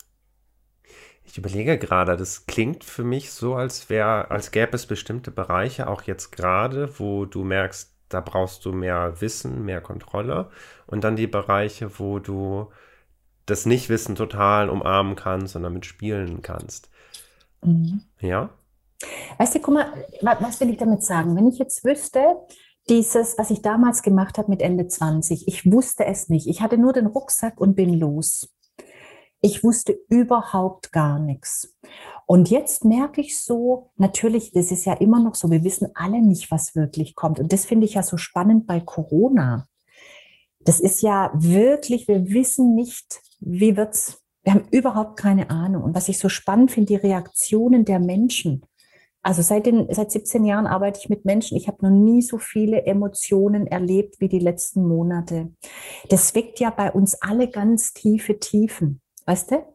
Speaker 1: Ich überlege gerade, das klingt für mich so, als gäbe es bestimmte Bereiche, auch jetzt gerade, wo du merkst, da brauchst du mehr Wissen, mehr Kontrolle. Und dann die Bereiche, wo du das Nichtwissen total umarmen kannst und damit spielen kannst.
Speaker 2: Mhm.
Speaker 1: Ja?
Speaker 2: Weißt du, guck mal, was will ich damit sagen? Wenn ich jetzt wüsste, dieses, was ich damals gemacht habe mit Ende 20, ich wusste es nicht. Ich hatte nur den Rucksack und bin los. Ich wusste überhaupt gar nichts. Und jetzt merke ich so, natürlich, das ist ja immer noch so, wir wissen alle nicht, was wirklich kommt. Und das finde ich ja so spannend bei Corona. Das ist ja wirklich, wir wissen nicht, wie wird's. Wir haben überhaupt keine Ahnung. Und was ich so spannend finde, die Reaktionen der Menschen. Also seit 17 Jahren arbeite ich mit Menschen. Ich habe noch nie so viele Emotionen erlebt wie die letzten Monate. Das weckt ja bei uns alle ganz tiefe Tiefen, weißt du?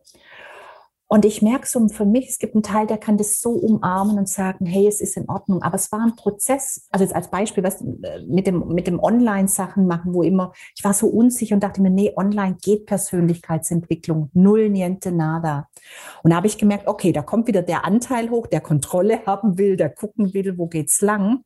Speaker 2: Und ich merke so für mich, es gibt einen Teil, der kann das so umarmen und sagen, hey, es ist in Ordnung. Aber es war ein Prozess, also jetzt als Beispiel, was mit dem Online-Sachen machen, wo immer, ich war so unsicher und dachte mir, nee, online geht Persönlichkeitsentwicklung, null, niente, nada. Und da habe ich gemerkt, okay, da kommt wieder der Anteil hoch, der Kontrolle haben will, der gucken will, wo geht's lang.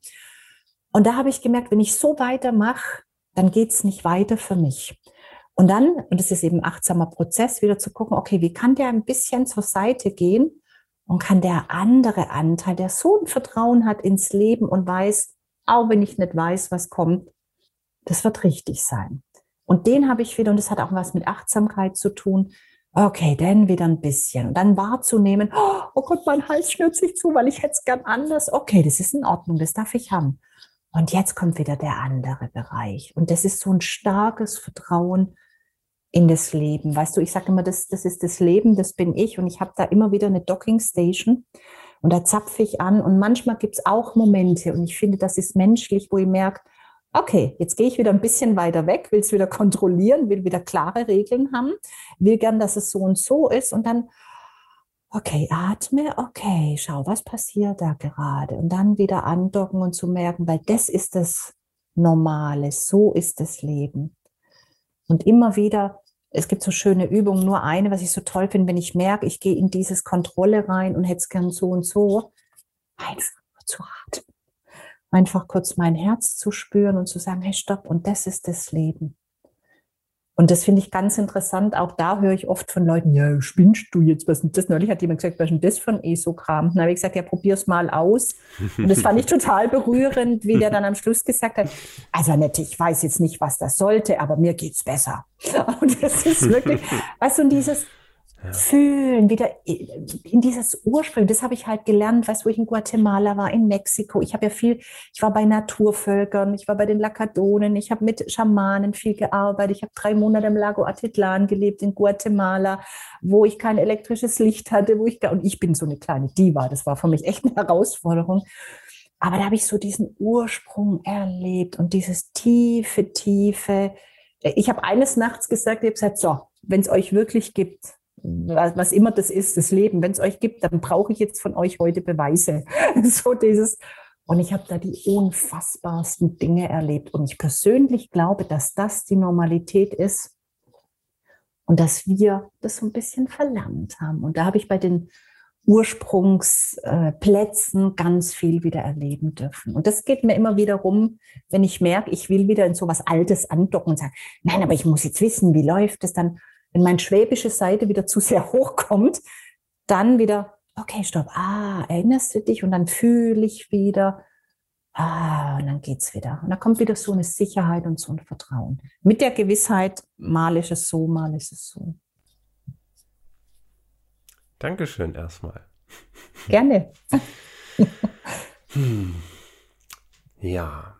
Speaker 2: Und da habe ich gemerkt, wenn ich so weitermache, dann geht's nicht weiter für mich. Und dann, und das ist eben ein achtsamer Prozess, wieder zu gucken, okay, wie kann der ein bisschen zur Seite gehen und kann der andere Anteil, der so ein Vertrauen hat ins Leben und weiß, auch wenn ich nicht weiß, was kommt, das wird richtig sein. Und den habe ich wieder, und das hat auch was mit Achtsamkeit zu tun, okay, dann wieder ein bisschen. Und dann wahrzunehmen, oh Gott, mein Hals schnürt sich zu, weil ich hätte es gern anders. Okay, das ist in Ordnung, das darf ich haben. Und jetzt kommt wieder der andere Bereich. Und das ist so ein starkes Vertrauen in das Leben. Weißt du, ich sage immer, das ist das Leben, das bin ich. Und ich habe da immer wieder eine Docking Station und da zapfe ich an. Und manchmal gibt es auch Momente, und ich finde, das ist menschlich, wo ich merke, okay, jetzt gehe ich wieder ein bisschen weiter weg, will es wieder kontrollieren, will wieder klare Regeln haben, will gern, dass es so und so ist. Und dann, okay, atme, okay, schau, was passiert da gerade? Und dann wieder andocken und zu merken, weil das ist das Normale, so ist das Leben. Und immer wieder es gibt so schöne Übungen, nur eine, was ich so toll finde, wenn ich merke, ich gehe in dieses Kontrolle rein und hätte es gern so und so, einfach zu atmen. Einfach kurz mein Herz zu spüren und zu sagen, hey, stopp, und das ist das Leben. Und das finde ich ganz interessant. Auch da höre ich oft von Leuten, ja, spinnst du jetzt? Was ist denn das? Neulich hat jemand gesagt, was ist denn das für ein ESO-Kram? Dann habe ich gesagt, ja, probier's mal aus. Und das fand ich total berührend, wie der dann am Schluss gesagt hat, also Annette, ich weiß jetzt nicht, was das sollte, aber mir geht's besser. Und das ist wirklich, weißt du, und dieses Fühlen, wieder in dieses Ursprung, das habe ich halt gelernt, weißt du, wo ich in Guatemala war, in Mexiko. Ich war bei Naturvölkern, ich war bei den Lakadonen, ich habe mit Schamanen viel gearbeitet. Ich habe 3 Monate im Lago Atitlan gelebt in Guatemala, wo ich kein elektrisches Licht hatte, und ich bin so eine kleine Diva, das war für mich echt eine Herausforderung. Aber da habe ich so diesen Ursprung erlebt und dieses tiefe. Ich habe eines Nachts gesagt, ich habe gesagt, so, wenn es euch wirklich gibt, was immer das ist, das Leben, wenn es euch gibt, dann brauche ich jetzt von euch heute Beweise. So dieses, und ich habe da die unfassbarsten Dinge erlebt. Und ich persönlich glaube, dass das die Normalität ist und dass wir das so ein bisschen verlernt haben. Und da habe ich bei den Ursprungsplätzen ganz viel wieder erleben dürfen. Und das geht mir immer wieder rum, wenn ich merke, ich will wieder in so was Altes andocken und sagen, nein, aber ich muss jetzt wissen, wie läuft es dann? Wenn meine schwäbische Seite wieder zu sehr hochkommt, dann wieder, okay, stopp, erinnerst du dich? Und dann fühle ich wieder, und dann geht's wieder. Und dann kommt wieder so eine Sicherheit und so ein Vertrauen. Mit der Gewissheit, mal ist es so, mal ist es so.
Speaker 1: Dankeschön erstmal.
Speaker 2: Gerne.
Speaker 1: Ja.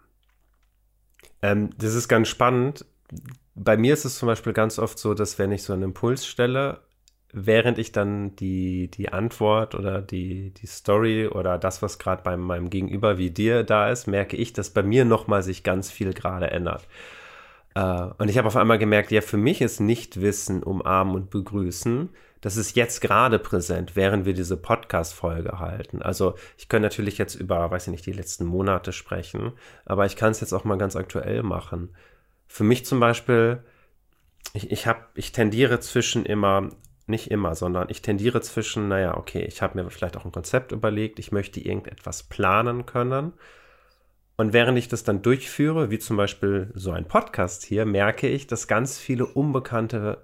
Speaker 1: Das ist ganz spannend. Bei mir ist es zum Beispiel ganz oft so, dass wenn ich so einen Impuls stelle, während ich dann die Antwort oder die Story oder das, was gerade bei meinem Gegenüber wie dir da ist, merke ich, dass bei mir nochmal sich ganz viel gerade ändert. Und ich habe auf einmal gemerkt, ja, für mich ist Nichtwissen, umarmen und begrüßen, das ist jetzt gerade präsent, während wir diese Podcast-Folge halten. Also ich kann natürlich jetzt über, weiß ich nicht, die letzten Monate sprechen, aber ich kann es jetzt auch mal ganz aktuell machen. Für mich zum Beispiel, ich tendiere zwischen nicht immer, sondern ich tendiere zwischen, naja, okay, ich habe mir vielleicht auch ein Konzept überlegt, ich möchte irgendetwas planen können. Und während ich das dann durchführe, wie zum Beispiel so ein Podcast hier, merke ich, dass ganz viele unbekannte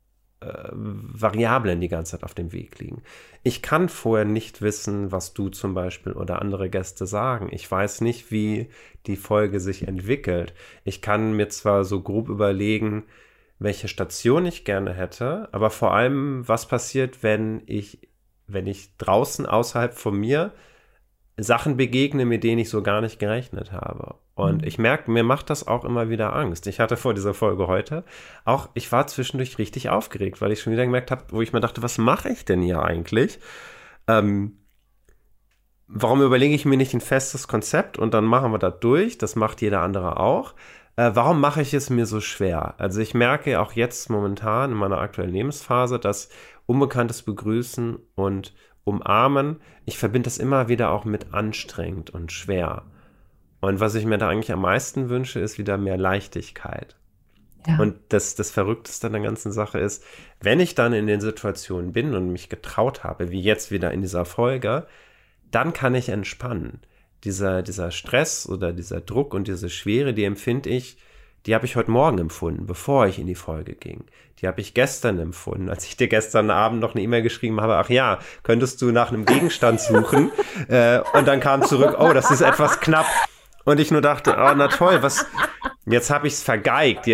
Speaker 1: Variablen die ganze Zeit auf dem Weg liegen. Ich kann vorher nicht wissen, was du zum Beispiel oder andere Gäste sagen. Ich weiß nicht, wie die Folge sich entwickelt. Ich kann mir zwar so grob überlegen, welche Station ich gerne hätte, aber vor allem, was passiert, wenn ich draußen außerhalb von mir Sachen begegne, mit denen ich so gar nicht gerechnet habe. Und ich merke, mir macht das auch immer wieder Angst. Ich hatte vor dieser Folge heute ich war zwischendurch richtig aufgeregt, weil ich schon wieder gemerkt habe, wo ich mir dachte, was mache ich denn hier eigentlich? Warum überlege ich mir nicht ein festes Konzept und dann machen wir das durch? Das macht jeder andere auch. Warum mache ich es mir so schwer? Also ich merke auch jetzt momentan in meiner aktuellen Lebensphase, dass Unbekanntes begrüßen und umarmen, ich verbinde das immer wieder auch mit anstrengend und schwer. Und was ich mir da eigentlich am meisten wünsche, ist wieder mehr Leichtigkeit. Ja. Und das Verrückteste an der ganzen Sache ist, wenn ich dann in den Situationen bin und mich getraut habe, wie jetzt wieder in dieser Folge, dann kann ich entspannen. Dieser Stress oder dieser Druck und diese Schwere, die empfinde ich, die habe ich heute Morgen empfunden, bevor ich in die Folge ging. Die habe ich gestern empfunden, als ich dir gestern Abend noch eine E-Mail geschrieben habe, ach ja, könntest du nach einem Gegenstand suchen? Und dann kam zurück, oh, das ist etwas knapp. Und ich nur dachte, oh, na toll, jetzt habe ich es vergeigt.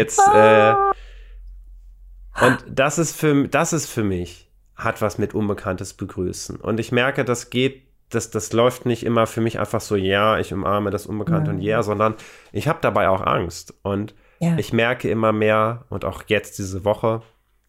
Speaker 1: Und das ist für mich, hat was mit Unbekanntes begrüßen. Und ich merke, das läuft nicht immer für mich einfach so, ja, ich umarme das Unbekannte und ja, sondern ich habe dabei auch Angst. Und ich merke immer mehr und auch jetzt diese Woche,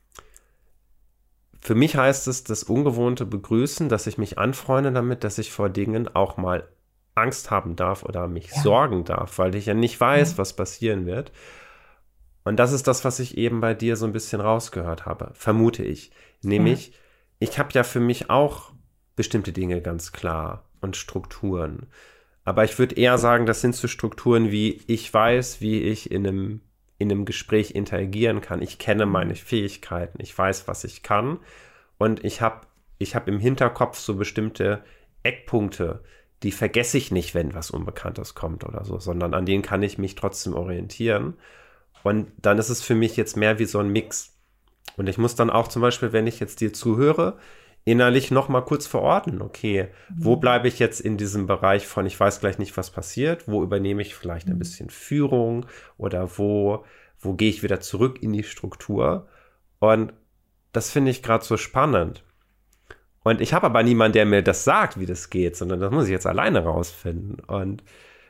Speaker 1: für mich heißt es, das Ungewohnte begrüßen, dass ich mich anfreunde damit, dass ich vor Dingen auch mal Angst haben darf oder mich sorgen darf, weil ich ja nicht weiß, was passieren wird. Und das ist das, was ich eben bei dir so ein bisschen rausgehört habe, vermute ich. Nämlich, ich habe ja für mich auch bestimmte Dinge ganz klar und Strukturen. Aber ich würde eher sagen, das sind so Strukturen wie, ich weiß, wie ich in einem in einem Gespräch interagieren kann. Ich kenne meine Fähigkeiten, ich weiß, was ich kann und ich hab im Hinterkopf so bestimmte Eckpunkte, die vergesse ich nicht, wenn was Unbekanntes kommt oder so, sondern an denen kann ich mich trotzdem orientieren. Und dann ist es für mich jetzt mehr wie so ein Mix. Und ich muss dann auch zum Beispiel, wenn ich jetzt dir zuhöre, innerlich noch mal kurz verorten, okay, wo bleibe ich jetzt in diesem Bereich von, ich weiß gleich nicht, was passiert, wo übernehme ich vielleicht ein bisschen Führung oder wo gehe ich wieder zurück in die Struktur. Und das finde ich gerade so spannend. Und ich habe aber niemanden, der mir das sagt, wie das geht, sondern das muss ich jetzt alleine rausfinden. Und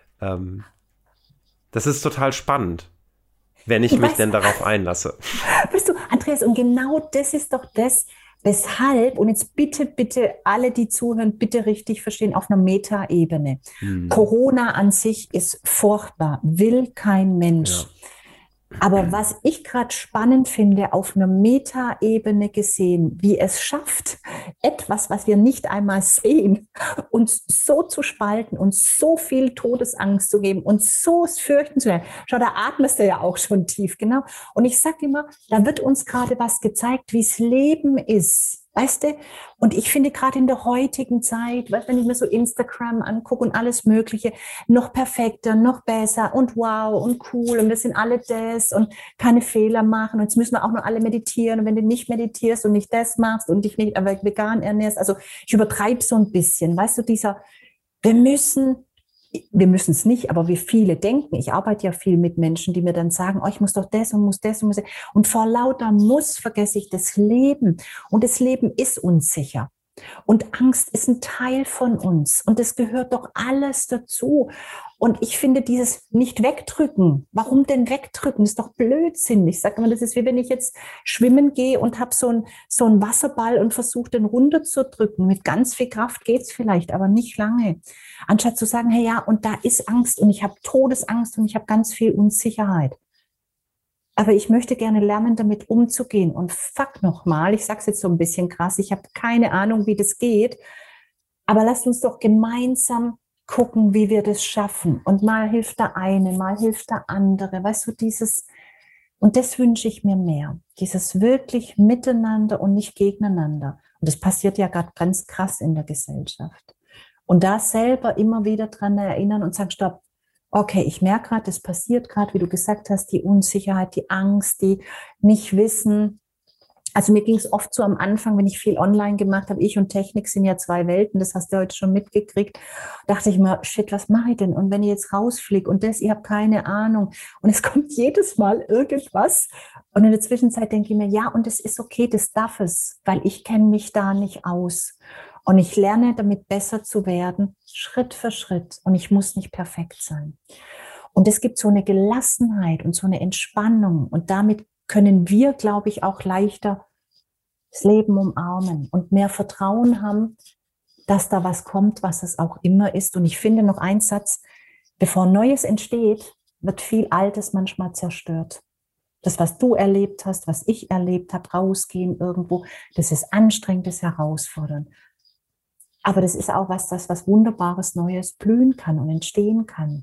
Speaker 1: das ist total spannend, wenn ich mich denn darauf einlasse.
Speaker 2: Weißt du, Andreas, und genau das ist doch das, weshalb, und jetzt bitte alle, die zuhören, bitte richtig verstehen, auf einer Metaebene. Corona an sich ist furchtbar, will kein Mensch.
Speaker 1: Ja.
Speaker 2: Aber was ich gerade spannend finde, auf einer Metaebene gesehen, wie es schafft, etwas, was wir nicht einmal sehen, uns so zu spalten, uns so viel Todesangst zu geben, uns so fürchten zu lernen. Schau, da atmest du ja auch schon tief, genau. Und ich sage immer, da wird uns gerade was gezeigt, wie es Leben ist. Weißt du? Und ich finde gerade in der heutigen Zeit, weißt, wenn ich mir so Instagram angucke und alles Mögliche, noch perfekter, noch besser und wow und cool und wir sind alle das und keine Fehler machen und jetzt müssen wir auch noch alle meditieren und wenn du nicht meditierst und nicht das machst und dich nicht aber vegan ernährst, also ich übertreibe so ein bisschen, weißt du, wir müssen es nicht, aber wie viele denken, ich arbeite ja viel mit Menschen, die mir dann sagen, oh, ich muss doch das und muss das und muss das. Und vor lauter Muss vergesse ich das Leben. Und das Leben ist unsicher. Und Angst ist ein Teil von uns. Und es gehört doch alles dazu. Und ich finde dieses nicht wegdrücken. Warum denn wegdrücken? Das ist doch Blödsinn. Ich sage immer, das ist wie wenn ich jetzt schwimmen gehe und habe so einen Wasserball und versuche den runterzudrücken. Mit ganz viel Kraft geht's vielleicht, aber nicht lange. Anstatt zu sagen, hey ja, und da ist Angst und ich habe Todesangst und ich habe ganz viel Unsicherheit. Aber ich möchte gerne lernen, damit umzugehen. Und fuck nochmal, ich sage es jetzt so ein bisschen krass, ich habe keine Ahnung, wie das geht. Aber lasst uns doch gemeinsam gucken, wie wir das schaffen. Und mal hilft der eine, mal hilft der andere. Weißt du, und das wünsche ich mir mehr. Dieses wirklich Miteinander und nicht gegeneinander. Und das passiert ja gerade ganz krass in der Gesellschaft. Und da selber immer wieder dran erinnern und sagen, stopp, okay, ich merke gerade, das passiert gerade, wie du gesagt hast, die Unsicherheit, die Angst, die nicht wissen. Also mir ging es oft so am Anfang, wenn ich viel online gemacht habe, ich und Technik sind ja zwei Welten, das hast du heute schon mitgekriegt, dachte ich mir, shit, was mache ich denn? Und wenn ich jetzt rausfliege und das, ich habe keine Ahnung. Und es kommt jedes Mal irgendwas. Und in der Zwischenzeit denke ich mir, ja, und es ist okay, das darf es, weil ich kenne mich da nicht aus. Und ich lerne damit besser zu werden, Schritt für Schritt. Und ich muss nicht perfekt sein. Und es gibt so eine Gelassenheit und so eine Entspannung. Und damit können wir, glaube ich, auch leichter das Leben umarmen und mehr Vertrauen haben, dass da was kommt, was es auch immer ist. Und ich finde noch einen Satz, bevor Neues entsteht, wird viel Altes manchmal zerstört. Das, was du erlebt hast, was ich erlebt habe, rausgehen irgendwo, das ist anstrengend, das ist herausfordernd. Aber das ist auch was Wunderbares Neues blühen kann und entstehen kann.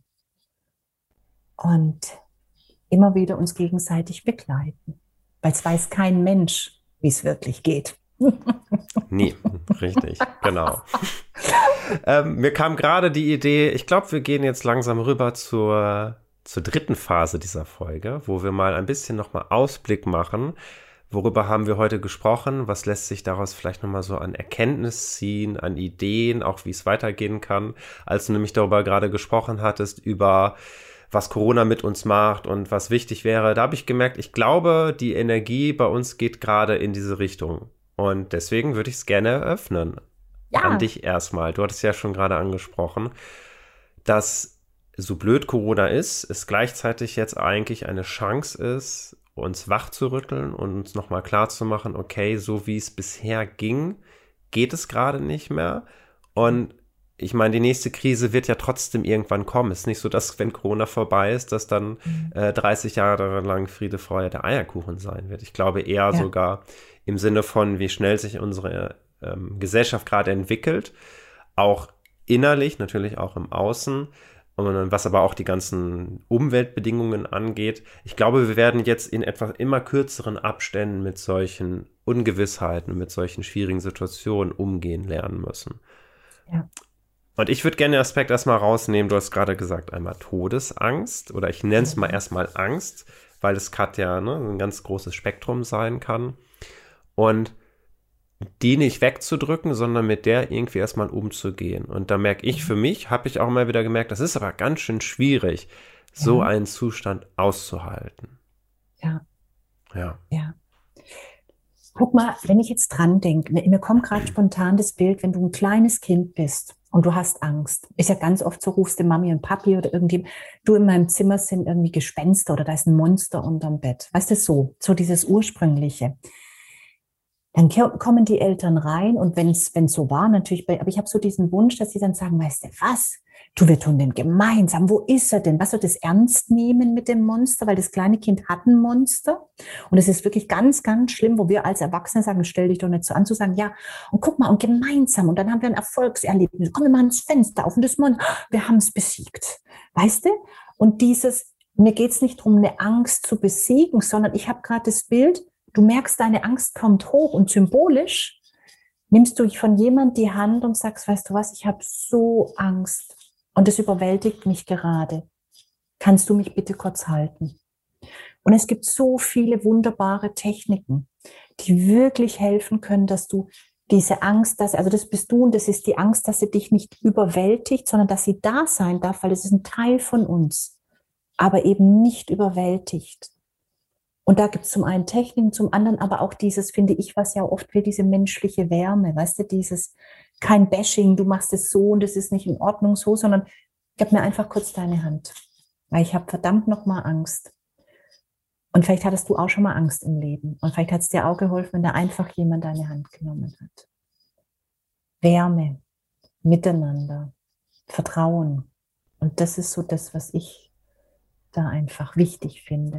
Speaker 2: Und immer wieder uns gegenseitig begleiten. Weil es weiß kein Mensch, wie es wirklich geht.
Speaker 1: Nee, richtig, genau. Mir kam gerade die Idee, ich glaube, wir gehen jetzt langsam rüber zur dritten Phase dieser Folge, wo wir mal ein bisschen nochmal Ausblick machen. Worüber haben wir heute gesprochen? Was lässt sich daraus vielleicht nochmal so an Erkenntnis ziehen, an Ideen, auch wie es weitergehen kann? Als du nämlich darüber gerade gesprochen hattest, über was Corona mit uns macht und was wichtig wäre, da habe ich gemerkt, ich glaube, die Energie bei uns geht gerade in diese Richtung. Und deswegen würde ich es gerne eröffnen. Ja. An dich erstmal. Du hattest ja schon gerade angesprochen, dass so blöd Corona ist, es gleichzeitig jetzt eigentlich eine Chance ist, uns wach zu rütteln und uns nochmal klar zu machen, okay, so wie es bisher ging, geht es gerade nicht mehr. Und ich meine, die nächste Krise wird ja trotzdem irgendwann kommen. Es ist nicht so, dass, wenn Corona vorbei ist, dass dann 30 Jahre lang Friede, Freude, der Eierkuchen sein wird. Ich glaube eher sogar im Sinne von, wie schnell sich unsere Gesellschaft gerade entwickelt, auch innerlich, natürlich auch im Außen, Und was aber auch die ganzen Umweltbedingungen angeht. Ich glaube, wir werden jetzt in etwa immer kürzeren Abständen mit solchen Ungewissheiten, mit solchen schwierigen Situationen umgehen lernen müssen.
Speaker 2: Ja.
Speaker 1: Und ich würde gerne den Aspekt erstmal rausnehmen. Du hast gerade gesagt, einmal Todesangst oder ich nenne es mal erstmal Angst, weil es gerade ja ein ganz großes Spektrum sein kann. Und die nicht wegzudrücken, sondern mit der irgendwie erstmal umzugehen. Und da merke ich für mich, habe ich auch mal wieder gemerkt, das ist aber ganz schön schwierig, so einen Zustand auszuhalten.
Speaker 2: Ja.
Speaker 1: Ja.
Speaker 2: Ja. Guck mal, wenn ich jetzt dran denke, mir kommt gerade spontan das Bild, wenn du ein kleines Kind bist und du hast Angst. Ist ja ganz oft so, rufst du Mami und Papi oder irgendjemand, du, in meinem Zimmer sind irgendwie Gespenster oder da ist ein Monster unterm Bett. Weißt du, so dieses Ursprüngliche. Dann kommen die Eltern rein und wenn es so war, natürlich, aber ich habe so diesen Wunsch, dass sie dann sagen, weißt du was, du, wir tun den gemeinsam, wo ist er denn? Was soll das ernst nehmen mit dem Monster? Weil das kleine Kind hat ein Monster und es ist wirklich ganz, ganz schlimm, wo wir als Erwachsene sagen, stell dich doch nicht so an, zu sagen, ja, und guck mal, und gemeinsam, und dann haben wir ein Erfolgserlebnis, komm, wir machen das Fenster auf und das Monster, wir haben es besiegt, weißt du? Und mir geht es nicht darum, eine Angst zu besiegen, sondern ich habe gerade das Bild, du merkst, deine Angst kommt hoch und symbolisch nimmst du von jemand die Hand und sagst, weißt du was, ich habe so Angst und es überwältigt mich gerade. Kannst du mich bitte kurz halten? Und es gibt so viele wunderbare Techniken, die wirklich helfen können, dass du diese Angst, also das bist du und das ist die Angst, dass sie dich nicht überwältigt, sondern dass sie da sein darf, weil es ist ein Teil von uns, aber eben nicht überwältigt. Und da gibt es zum einen Techniken, zum anderen aber auch dieses, finde ich, was ja oft will, diese menschliche Wärme, weißt du, dieses kein Bashing, du machst es so und es ist nicht in Ordnung so, sondern gib mir einfach kurz deine Hand, weil ich habe verdammt nochmal Angst. Und vielleicht hattest du auch schon mal Angst im Leben und vielleicht hat es dir auch geholfen, wenn da einfach jemand deine Hand genommen hat. Wärme, Miteinander, Vertrauen. Und das ist so das, was ich da einfach wichtig finde.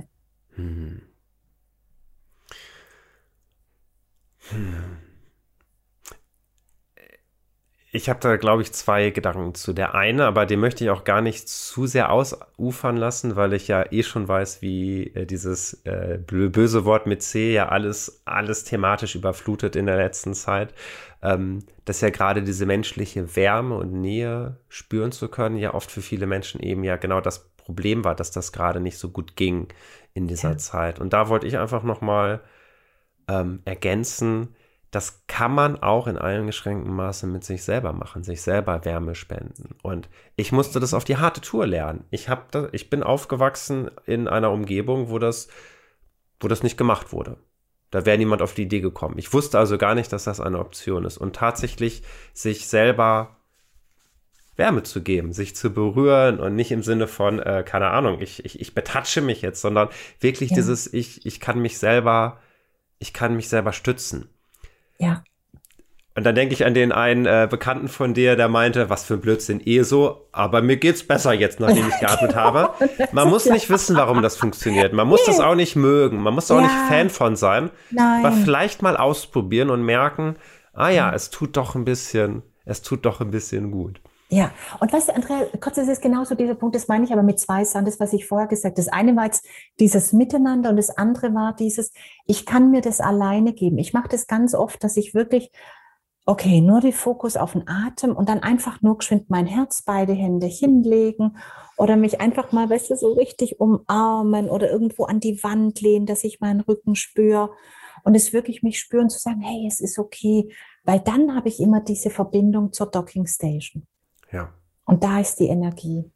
Speaker 1: Ich habe da, glaube ich, zwei Gedanken zu. Der eine, aber den möchte ich auch gar nicht zu sehr ausufern lassen, weil ich ja eh schon weiß, wie dieses böse Wort mit C ja alles thematisch überflutet in der letzten Zeit. Dass ja gerade diese menschliche Wärme und Nähe spüren zu können, ja oft für viele Menschen eben ja genau das Problem war, dass das gerade nicht so gut ging in dieser Zeit. Und da wollte ich einfach nochmal ergänzen, das kann man auch in eingeschränktem Maße mit sich selber machen, sich selber Wärme spenden. Und ich musste das auf die harte Tour lernen. Ich bin aufgewachsen in einer Umgebung, wo das nicht gemacht wurde. Da wäre niemand auf die Idee gekommen. Ich wusste also gar nicht, dass das eine Option ist. Und tatsächlich sich selber Wärme zu geben, sich zu berühren und nicht im Sinne von, keine Ahnung, ich betatsche mich jetzt, sondern wirklich dieses, ich kann mich selber stützen.
Speaker 2: Ja.
Speaker 1: Und dann denke ich an den einen Bekannten von dir, der meinte, was für ein Blödsinn, so, aber mir geht's besser jetzt, nachdem ich geatmet habe. Man muss nicht wissen, warum das funktioniert. Man muss das auch nicht mögen. Man muss auch nicht Fan von sein.
Speaker 2: Nein.
Speaker 1: Aber vielleicht mal ausprobieren und merken, es tut doch ein bisschen gut.
Speaker 2: Ja, und weißt du, Andrea, kurz, es ist genauso dieser Punkt, das meine ich aber mit zwei Sachen, das, was ich vorher gesagt habe. Das eine war jetzt dieses Miteinander und das andere war dieses, ich kann mir das alleine geben. Ich mache das ganz oft, dass ich wirklich, okay, nur den Fokus auf den Atem und dann einfach nur geschwind mein Herz, beide Hände hinlegen oder mich einfach mal, weißt du, so richtig umarmen oder irgendwo an die Wand lehnen, dass ich meinen Rücken spüre und es wirklich mich spüren, zu sagen, hey, es ist okay, weil dann habe ich immer diese Verbindung zur Docking Station.
Speaker 1: Ja.
Speaker 2: Und da ist die Energie.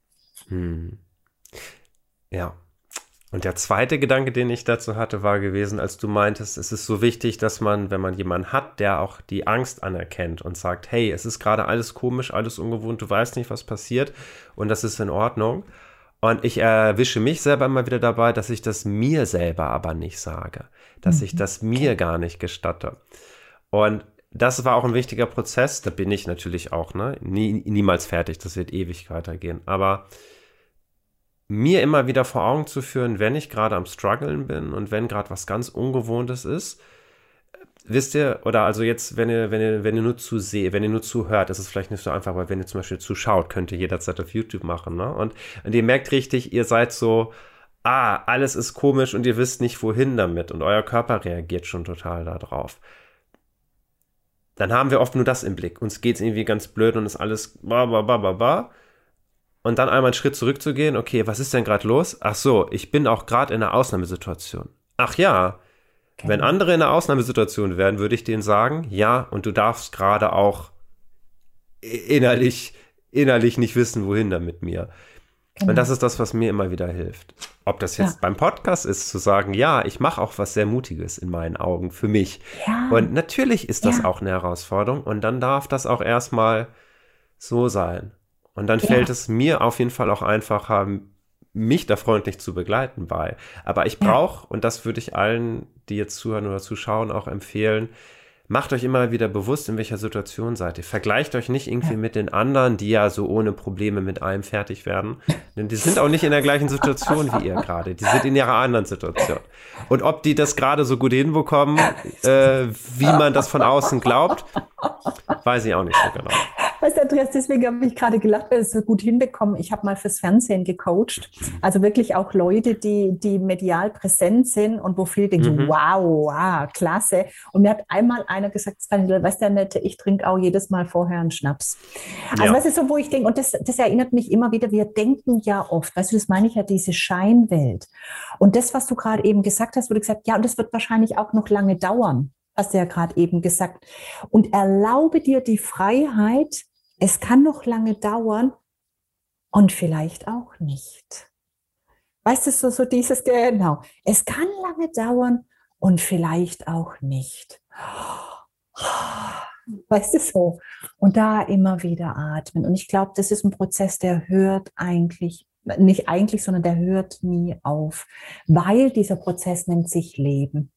Speaker 1: Ja. Und der zweite Gedanke, den ich dazu hatte, war gewesen, als du meintest, es ist so wichtig, dass man, wenn man jemanden hat, der auch die Angst anerkennt und sagt, hey, es ist gerade alles komisch, alles ungewohnt, du weißt nicht, was passiert und das ist in Ordnung. Und ich erwische mich selber immer wieder dabei, dass ich das mir selber aber nicht sage, dass ich das mir gar nicht gestatte. Und das war auch ein wichtiger Prozess, da bin ich natürlich auch, niemals fertig, das wird ewig weitergehen, aber mir immer wieder vor Augen zu führen, wenn ich gerade am Struggeln bin und wenn gerade was ganz Ungewohntes ist, wisst ihr, oder also jetzt, wenn ihr nur wenn ihr nur zuhört, ist es vielleicht nicht so einfach, weil wenn ihr zum Beispiel zuschaut, könnt ihr jederzeit auf YouTube machen, ne? Und ihr merkt richtig, ihr seid so, alles ist komisch und ihr wisst nicht, wohin damit und euer Körper reagiert schon total darauf. Dann haben wir oft nur das im Blick. Uns geht's irgendwie ganz blöd und ist alles und dann einmal einen Schritt zurückzugehen, okay, was ist denn gerade los? Ach so, ich bin auch gerade in einer Ausnahmesituation. Ach ja, wenn andere in einer Ausnahmesituation wären, würde ich denen sagen, ja, und du darfst gerade auch innerlich nicht wissen, wohin da mit mir. Und das ist das, was mir immer wieder hilft. Ob das jetzt beim Podcast ist, zu sagen, ja, ich mache auch was sehr Mutiges in meinen Augen für mich.
Speaker 2: Ja.
Speaker 1: Und natürlich ist das auch eine Herausforderung und dann darf das auch erstmal so sein. Und dann fällt es mir auf jeden Fall auch einfacher, mich da freundlich zu begleiten bei. Aber ich brauche, und das würde ich allen, die jetzt zuhören oder zuschauen, auch empfehlen, macht euch immer wieder bewusst, in welcher Situation seid ihr. Vergleicht euch nicht irgendwie mit den anderen, die ja so ohne Probleme mit allem fertig werden. Denn die sind auch nicht in der gleichen Situation wie ihr gerade. Die sind in ihrer anderen Situation. Und ob die das gerade so gut hinbekommen, wie man das von außen glaubt, weiß ich auch nicht so genau.
Speaker 2: Weißt du, Andreas, deswegen habe ich gerade gelacht, weil es so gut hinbekommen. Ich habe mal fürs Fernsehen gecoacht. Also wirklich auch Leute, die medial präsent sind und wo viele denken, wow, klasse. Und mir hat einmal einer gesagt, weißt du, Annette, ich trinke auch jedes Mal vorher einen Schnaps. Also was ist so, wo ich denke, und das erinnert mich immer wieder, wir denken ja oft, weißt du, das meine ich ja, diese Scheinwelt. Und das, was du gerade eben gesagt hast, wurde gesagt, ja, und das wird wahrscheinlich auch noch lange dauern. Hast du ja gerade eben gesagt. Und erlaube dir die Freiheit, es kann noch lange dauern und vielleicht auch nicht. Weißt du, so dieses, genau. Es kann lange dauern und vielleicht auch nicht. Weißt du so? Und da immer wieder atmen. Und ich glaube, das ist ein Prozess, der hört nicht eigentlich, sondern der hört nie auf. Weil dieser Prozess nennt sich Leben.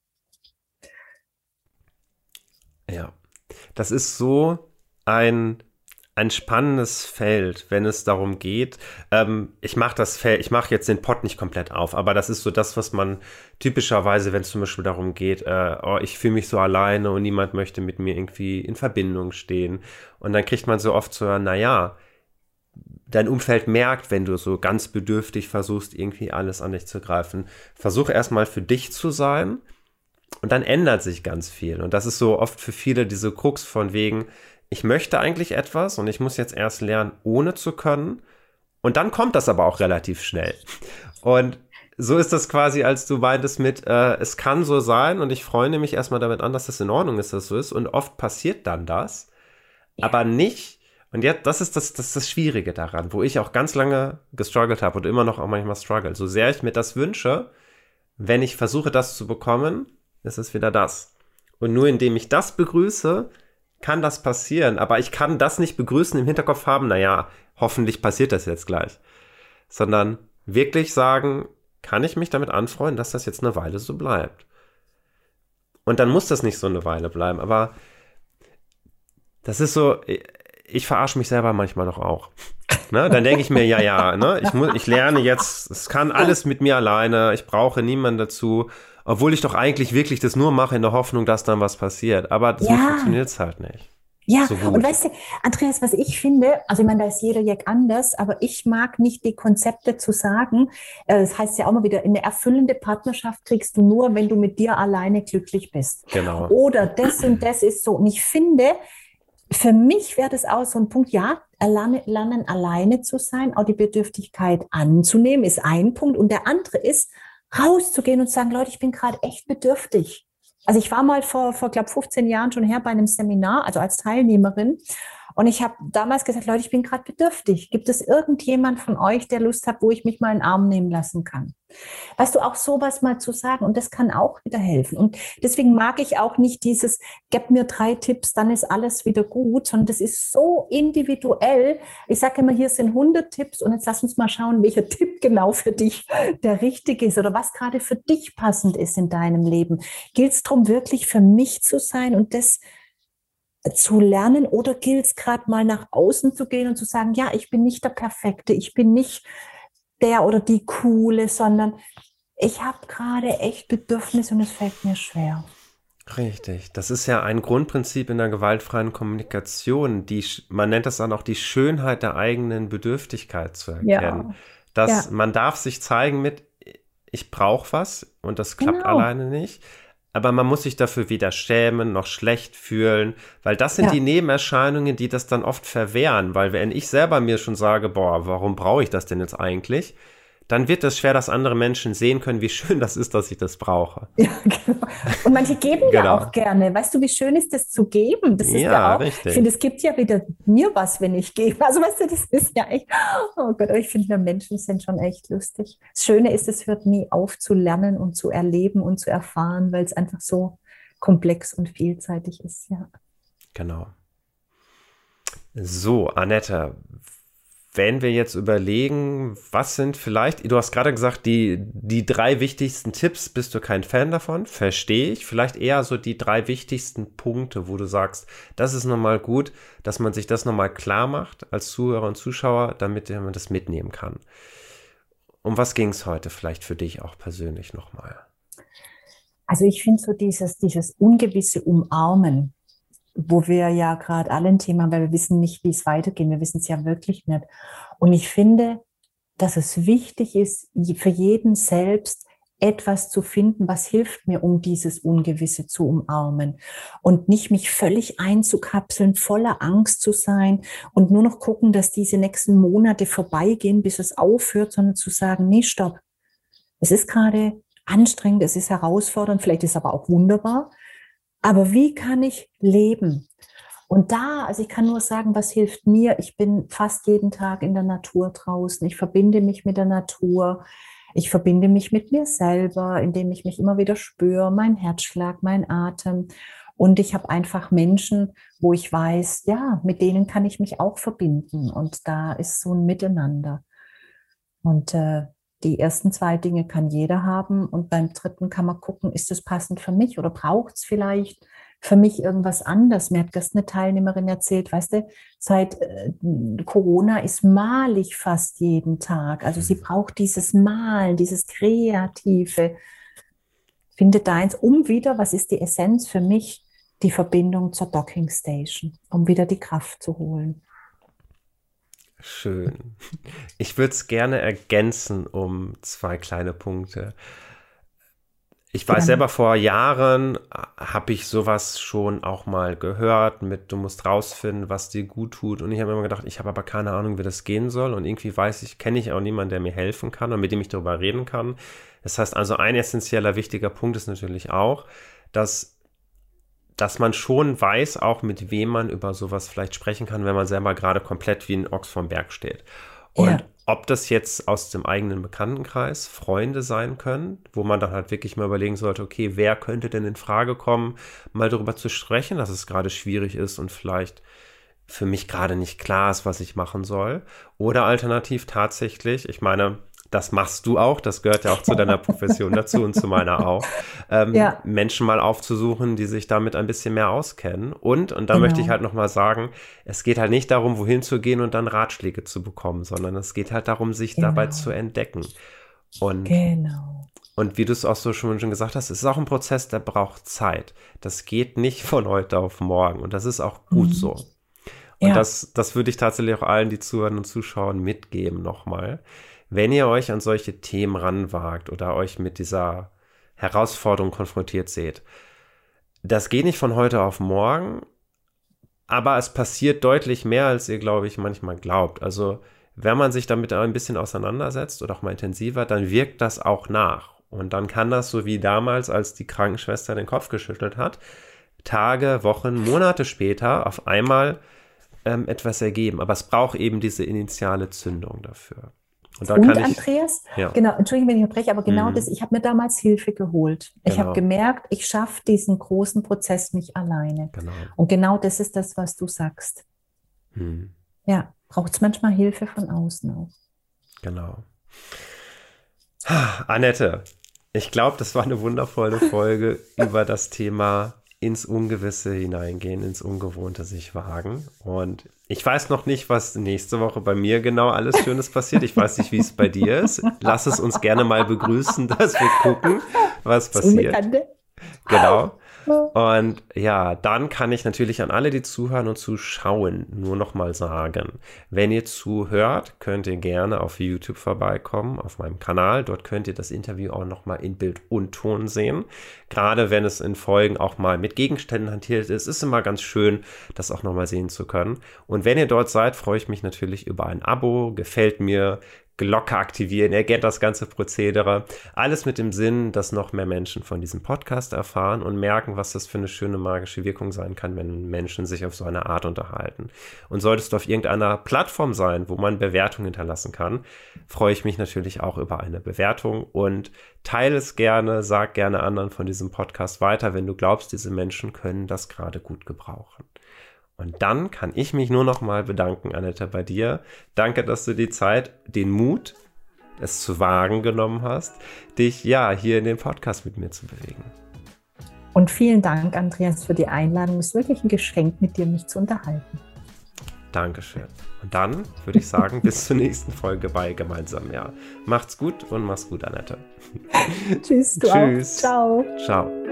Speaker 1: Ja, das ist so ein spannendes Feld, wenn es darum geht. Ich mache jetzt den Pott nicht komplett auf, aber das ist so das, was man typischerweise, wenn es zum Beispiel darum geht, ich fühle mich so alleine und niemand möchte mit mir irgendwie in Verbindung stehen. Und dann kriegt man so oft zu hören, naja, dein Umfeld merkt, wenn du so ganz bedürftig versuchst, irgendwie alles an dich zu greifen. Versuch erstmal für dich zu sein. Und dann ändert sich ganz viel. Und das ist so oft für viele diese Krux von wegen, ich möchte eigentlich etwas und ich muss jetzt erst lernen, ohne zu können. Und dann kommt das aber auch relativ schnell. Und so ist das quasi, als du meintest mit, es kann so sein und ich freue mich erstmal damit an, dass das in Ordnung ist, dass es so ist. Und oft passiert dann das, aber nicht. Und jetzt, das ist das Schwierige daran, wo ich auch ganz lange gestruggelt habe und immer noch auch manchmal struggle. So sehr ich mir das wünsche, wenn ich versuche, das zu bekommen, ist es wieder das. Und nur indem ich das begrüße, kann das passieren. Aber ich kann das nicht begrüßen, im Hinterkopf haben, naja, hoffentlich passiert das jetzt gleich. Sondern wirklich sagen, kann ich mich damit anfreunden, dass das jetzt eine Weile so bleibt. Und dann muss das nicht so eine Weile bleiben. Aber das ist so, ich verarsche mich selber manchmal doch auch. Ne? Dann denke ich mir, ne? Ich lerne jetzt, es kann alles mit mir alleine, ich brauche niemanden dazu. Obwohl ich doch eigentlich wirklich das nur mache in der Hoffnung, dass dann was passiert. Aber so funktioniert es halt nicht.
Speaker 2: Ja,
Speaker 1: so
Speaker 2: und weißt du, Andreas, was ich finde, also ich meine, da ist jeder Jack anders, aber ich mag nicht die Konzepte zu sagen, das heißt ja auch mal wieder, eine erfüllende Partnerschaft kriegst du nur, wenn du mit dir alleine glücklich bist.
Speaker 1: Genau.
Speaker 2: Oder das und das ist so. Und ich finde, für mich wäre das auch so ein Punkt, ja, lernen alleine zu sein, auch die Bedürftigkeit anzunehmen, ist ein Punkt. Und der andere ist, rauszugehen und zu sagen, Leute, ich bin gerade echt bedürftig. Also ich war mal vor glaube 15 Jahren schon her bei einem Seminar, also als Teilnehmerin. Und ich habe damals gesagt, Leute, ich bin gerade bedürftig. Gibt es irgendjemand von euch, der Lust hat, wo ich mich mal in den Arm nehmen lassen kann? Weißt du, auch sowas mal zu sagen. Und das kann auch wieder helfen. Und deswegen mag ich auch nicht dieses, gib mir 3 Tipps, dann ist alles wieder gut, sondern das ist so individuell. Ich sage immer, hier sind 100 Tipps und jetzt lass uns mal schauen, welcher Tipp genau für dich der richtige ist oder was gerade für dich passend ist in deinem Leben. Gilt es darum, wirklich für mich zu sein und das zu lernen, oder gilt es gerade mal nach außen zu gehen und zu sagen, ja, ich bin nicht der Perfekte, ich bin nicht der oder die Coole, sondern ich habe gerade echt Bedürfnisse und es fällt mir schwer.
Speaker 1: Richtig. Das ist ja ein Grundprinzip in der gewaltfreien Kommunikation. Man nennt das dann auch die Schönheit der eigenen Bedürftigkeit zu erkennen.
Speaker 2: Ja,
Speaker 1: Dass
Speaker 2: ja,
Speaker 1: man darf sich zeigen mit, ich brauche was und das klappt
Speaker 2: genau.
Speaker 1: alleine nicht. Aber man muss sich dafür weder schämen noch schlecht fühlen, weil das sind die
Speaker 2: Ja.
Speaker 1: Nebenerscheinungen, die das dann oft verwehren. Weil wenn ich selber mir schon sage, boah, warum brauche ich das denn jetzt eigentlich? Dann wird es schwer, dass andere Menschen sehen können, wie schön das ist, dass ich das brauche.
Speaker 2: Ja, genau. Und manche geben ja auch
Speaker 1: Genau.
Speaker 2: gerne. Weißt du, wie schön ist das zu geben? Das ist ja
Speaker 1: Ja,
Speaker 2: auch, ich finde,
Speaker 1: richtig.
Speaker 2: es gibt ja wieder mir was, wenn ich gebe. Also weißt du, das ist ja echt, oh Gott, aber ich finde, wir Menschen sind schon echt lustig. Das Schöne ist, es hört nie auf zu lernen und zu erleben und zu erfahren, weil es einfach so komplex und vielseitig ist, ja.
Speaker 1: Genau. So, Annette, wenn wir jetzt überlegen, was sind vielleicht, du hast gerade gesagt, die drei wichtigsten Tipps, bist du kein Fan davon? Verstehe ich. Vielleicht eher so die drei wichtigsten Punkte, wo du sagst, das ist nochmal gut, dass man sich das nochmal klar macht als Zuhörer und Zuschauer, damit man das mitnehmen kann. Um was ging es heute vielleicht für dich auch persönlich nochmal?
Speaker 2: Also ich finde so dieses ungewisse Umarmen, wo wir ja gerade alle ein Thema haben, weil wir wissen nicht, wie es weitergeht. Wir wissen es ja wirklich nicht. Und ich finde, dass es wichtig ist, für jeden selbst etwas zu finden, was hilft mir, um dieses Ungewisse zu umarmen und nicht mich völlig einzukapseln, voller Angst zu sein und nur noch gucken, dass diese nächsten Monate vorbeigehen, bis es aufhört, sondern zu sagen, nee, stopp. Es ist gerade anstrengend, es ist herausfordernd, vielleicht ist es aber auch wunderbar. Aber wie kann ich leben? Und da, also ich kann nur sagen, was hilft mir? Ich bin fast jeden Tag in der Natur draußen. Ich verbinde mich mit der Natur. Ich verbinde mich mit mir selber, indem ich mich immer wieder spüre, mein Herzschlag, mein Atem. Und ich habe einfach Menschen, wo ich weiß, ja, mit denen kann ich mich auch verbinden. Und da ist so ein Miteinander. Und die ersten zwei Dinge kann jeder haben. Und beim dritten kann man gucken, ist das passend für mich oder braucht es vielleicht für mich irgendwas anderes? Mir hat gestern eine Teilnehmerin erzählt, weißt du, seit Corona ist mal ich fast jeden Tag. Also sie braucht dieses Malen, dieses Kreative. Finde deins, um wieder, was ist die Essenz für mich? Die Verbindung zur Docking Station, um wieder die Kraft zu holen.
Speaker 1: Schön. Ich würde es gerne ergänzen um zwei kleine Punkte. Ich weiß
Speaker 2: Gerne.
Speaker 1: selber, vor Jahren habe ich sowas schon auch mal gehört mit, du musst rausfinden, was dir gut tut. Und ich habe immer gedacht, ich habe aber keine Ahnung, wie das gehen soll. Und irgendwie kenne ich auch niemanden, der mir helfen kann und mit dem ich darüber reden kann. Das heißt also, ein essentieller, wichtiger Punkt ist natürlich auch, dass, dass man schon weiß, auch mit wem man über sowas vielleicht sprechen kann, wenn man selber gerade komplett wie ein Ochs vom Berg steht. Und
Speaker 2: Ja,
Speaker 1: ob das jetzt aus dem eigenen Bekanntenkreis Freunde sein können, wo man dann halt wirklich mal überlegen sollte, okay, wer könnte denn in Frage kommen, mal darüber zu sprechen, dass es gerade schwierig ist und vielleicht für mich gerade nicht klar ist, was ich machen soll. Oder alternativ tatsächlich, ich meine, das machst du auch, das gehört ja auch zu deiner Profession dazu und zu meiner auch,
Speaker 2: ja,
Speaker 1: Menschen mal aufzusuchen, die sich damit ein bisschen mehr auskennen. Und da möchte ich
Speaker 2: genau,
Speaker 1: halt nochmal sagen, es geht halt nicht darum, wohin zu gehen und dann Ratschläge zu bekommen, sondern es geht halt darum, sich dabei zu
Speaker 2: genau,
Speaker 1: entdecken. Und,
Speaker 2: genau.
Speaker 1: und wie du es auch so schon gesagt hast, es ist auch ein Prozess, der braucht Zeit. Das geht nicht von heute auf morgen und das ist auch gut
Speaker 2: Mhm.
Speaker 1: so. Und
Speaker 2: Ja,
Speaker 1: das würde ich tatsächlich auch allen, die zuhören und zuschauen, mitgeben nochmal. Wenn ihr euch an solche Themen ranwagt oder euch mit dieser Herausforderung konfrontiert seht, das geht nicht von heute auf morgen, aber es passiert deutlich mehr, als ihr, glaube ich, manchmal glaubt. Also wenn man sich damit ein bisschen auseinandersetzt oder auch mal intensiver, dann wirkt das auch nach. Und dann kann das, so wie damals, als die Krankenschwester den Kopf geschüttelt hat, Tage, Wochen, Monate später auf einmal etwas ergeben. Aber es braucht eben diese initiale Zündung dafür. Und da kann
Speaker 2: und
Speaker 1: ich,
Speaker 2: Andreas,
Speaker 1: ja,
Speaker 2: genau, Entschuldigung, wenn ich unterbreche, aber genau das,
Speaker 1: mhm,
Speaker 2: ich habe mir damals Hilfe geholt. Ich habe
Speaker 1: genau,
Speaker 2: gemerkt, ich schaffe diesen großen Prozess nicht alleine.
Speaker 1: genau,
Speaker 2: Und genau das ist das, was du sagst.
Speaker 1: mhm,
Speaker 2: Ja, braucht es manchmal Hilfe von außen auch.
Speaker 1: genau. Annette, ich glaube, das war eine wundervolle Folge über das Thema ins Ungewisse hineingehen, ins Ungewohnte sich wagen. Und ich weiß noch nicht, was nächste Woche bei mir genau alles Schönes passiert. Ich weiß nicht, wie es bei dir ist. Lass es uns gerne mal begrüßen, dass wir gucken, was
Speaker 2: Das
Speaker 1: passiert.
Speaker 2: Unbekannte.
Speaker 1: Genau. Und ja, dann kann ich natürlich an alle, die zuhören und zuschauen, nur noch mal sagen, wenn ihr zuhört, könnt ihr gerne auf YouTube vorbeikommen, auf meinem Kanal. Dort könnt ihr das Interview auch noch mal in Bild und Ton sehen. Gerade wenn es in Folgen auch mal mit Gegenständen hantiert ist, ist immer ganz schön, das auch noch mal sehen zu können. Und wenn ihr dort seid, freue ich mich natürlich über ein Abo, gefällt mir, Glocke aktivieren, ihr kennt das ganze Prozedere. Alles mit dem Sinn, dass noch mehr Menschen von diesem Podcast erfahren und merken, was das für eine schöne magische Wirkung sein kann, wenn Menschen sich auf so eine Art unterhalten. Und solltest du auf irgendeiner Plattform sein, wo man Bewertungen hinterlassen kann, freue ich mich natürlich auch über eine Bewertung und teile es gerne, sag gerne anderen von diesem Podcast weiter, wenn du glaubst, diese Menschen können das gerade gut gebrauchen. Und dann kann ich mich nur noch mal bedanken, Annette, bei dir. Danke, dass du die Zeit, den Mut, es zu wagen genommen hast, dich hier in den Podcast mit mir zu bewegen.
Speaker 2: Und vielen Dank, Andreas, für die Einladung. Es ist wirklich ein Geschenk, mit dir mich zu unterhalten.
Speaker 1: Dankeschön. Und dann würde ich sagen, bis zur nächsten Folge bei Gemeinsam Mehr. Macht's gut und mach's gut, Annette.
Speaker 2: Tschüss, du auch. Ciao.
Speaker 1: Ciao.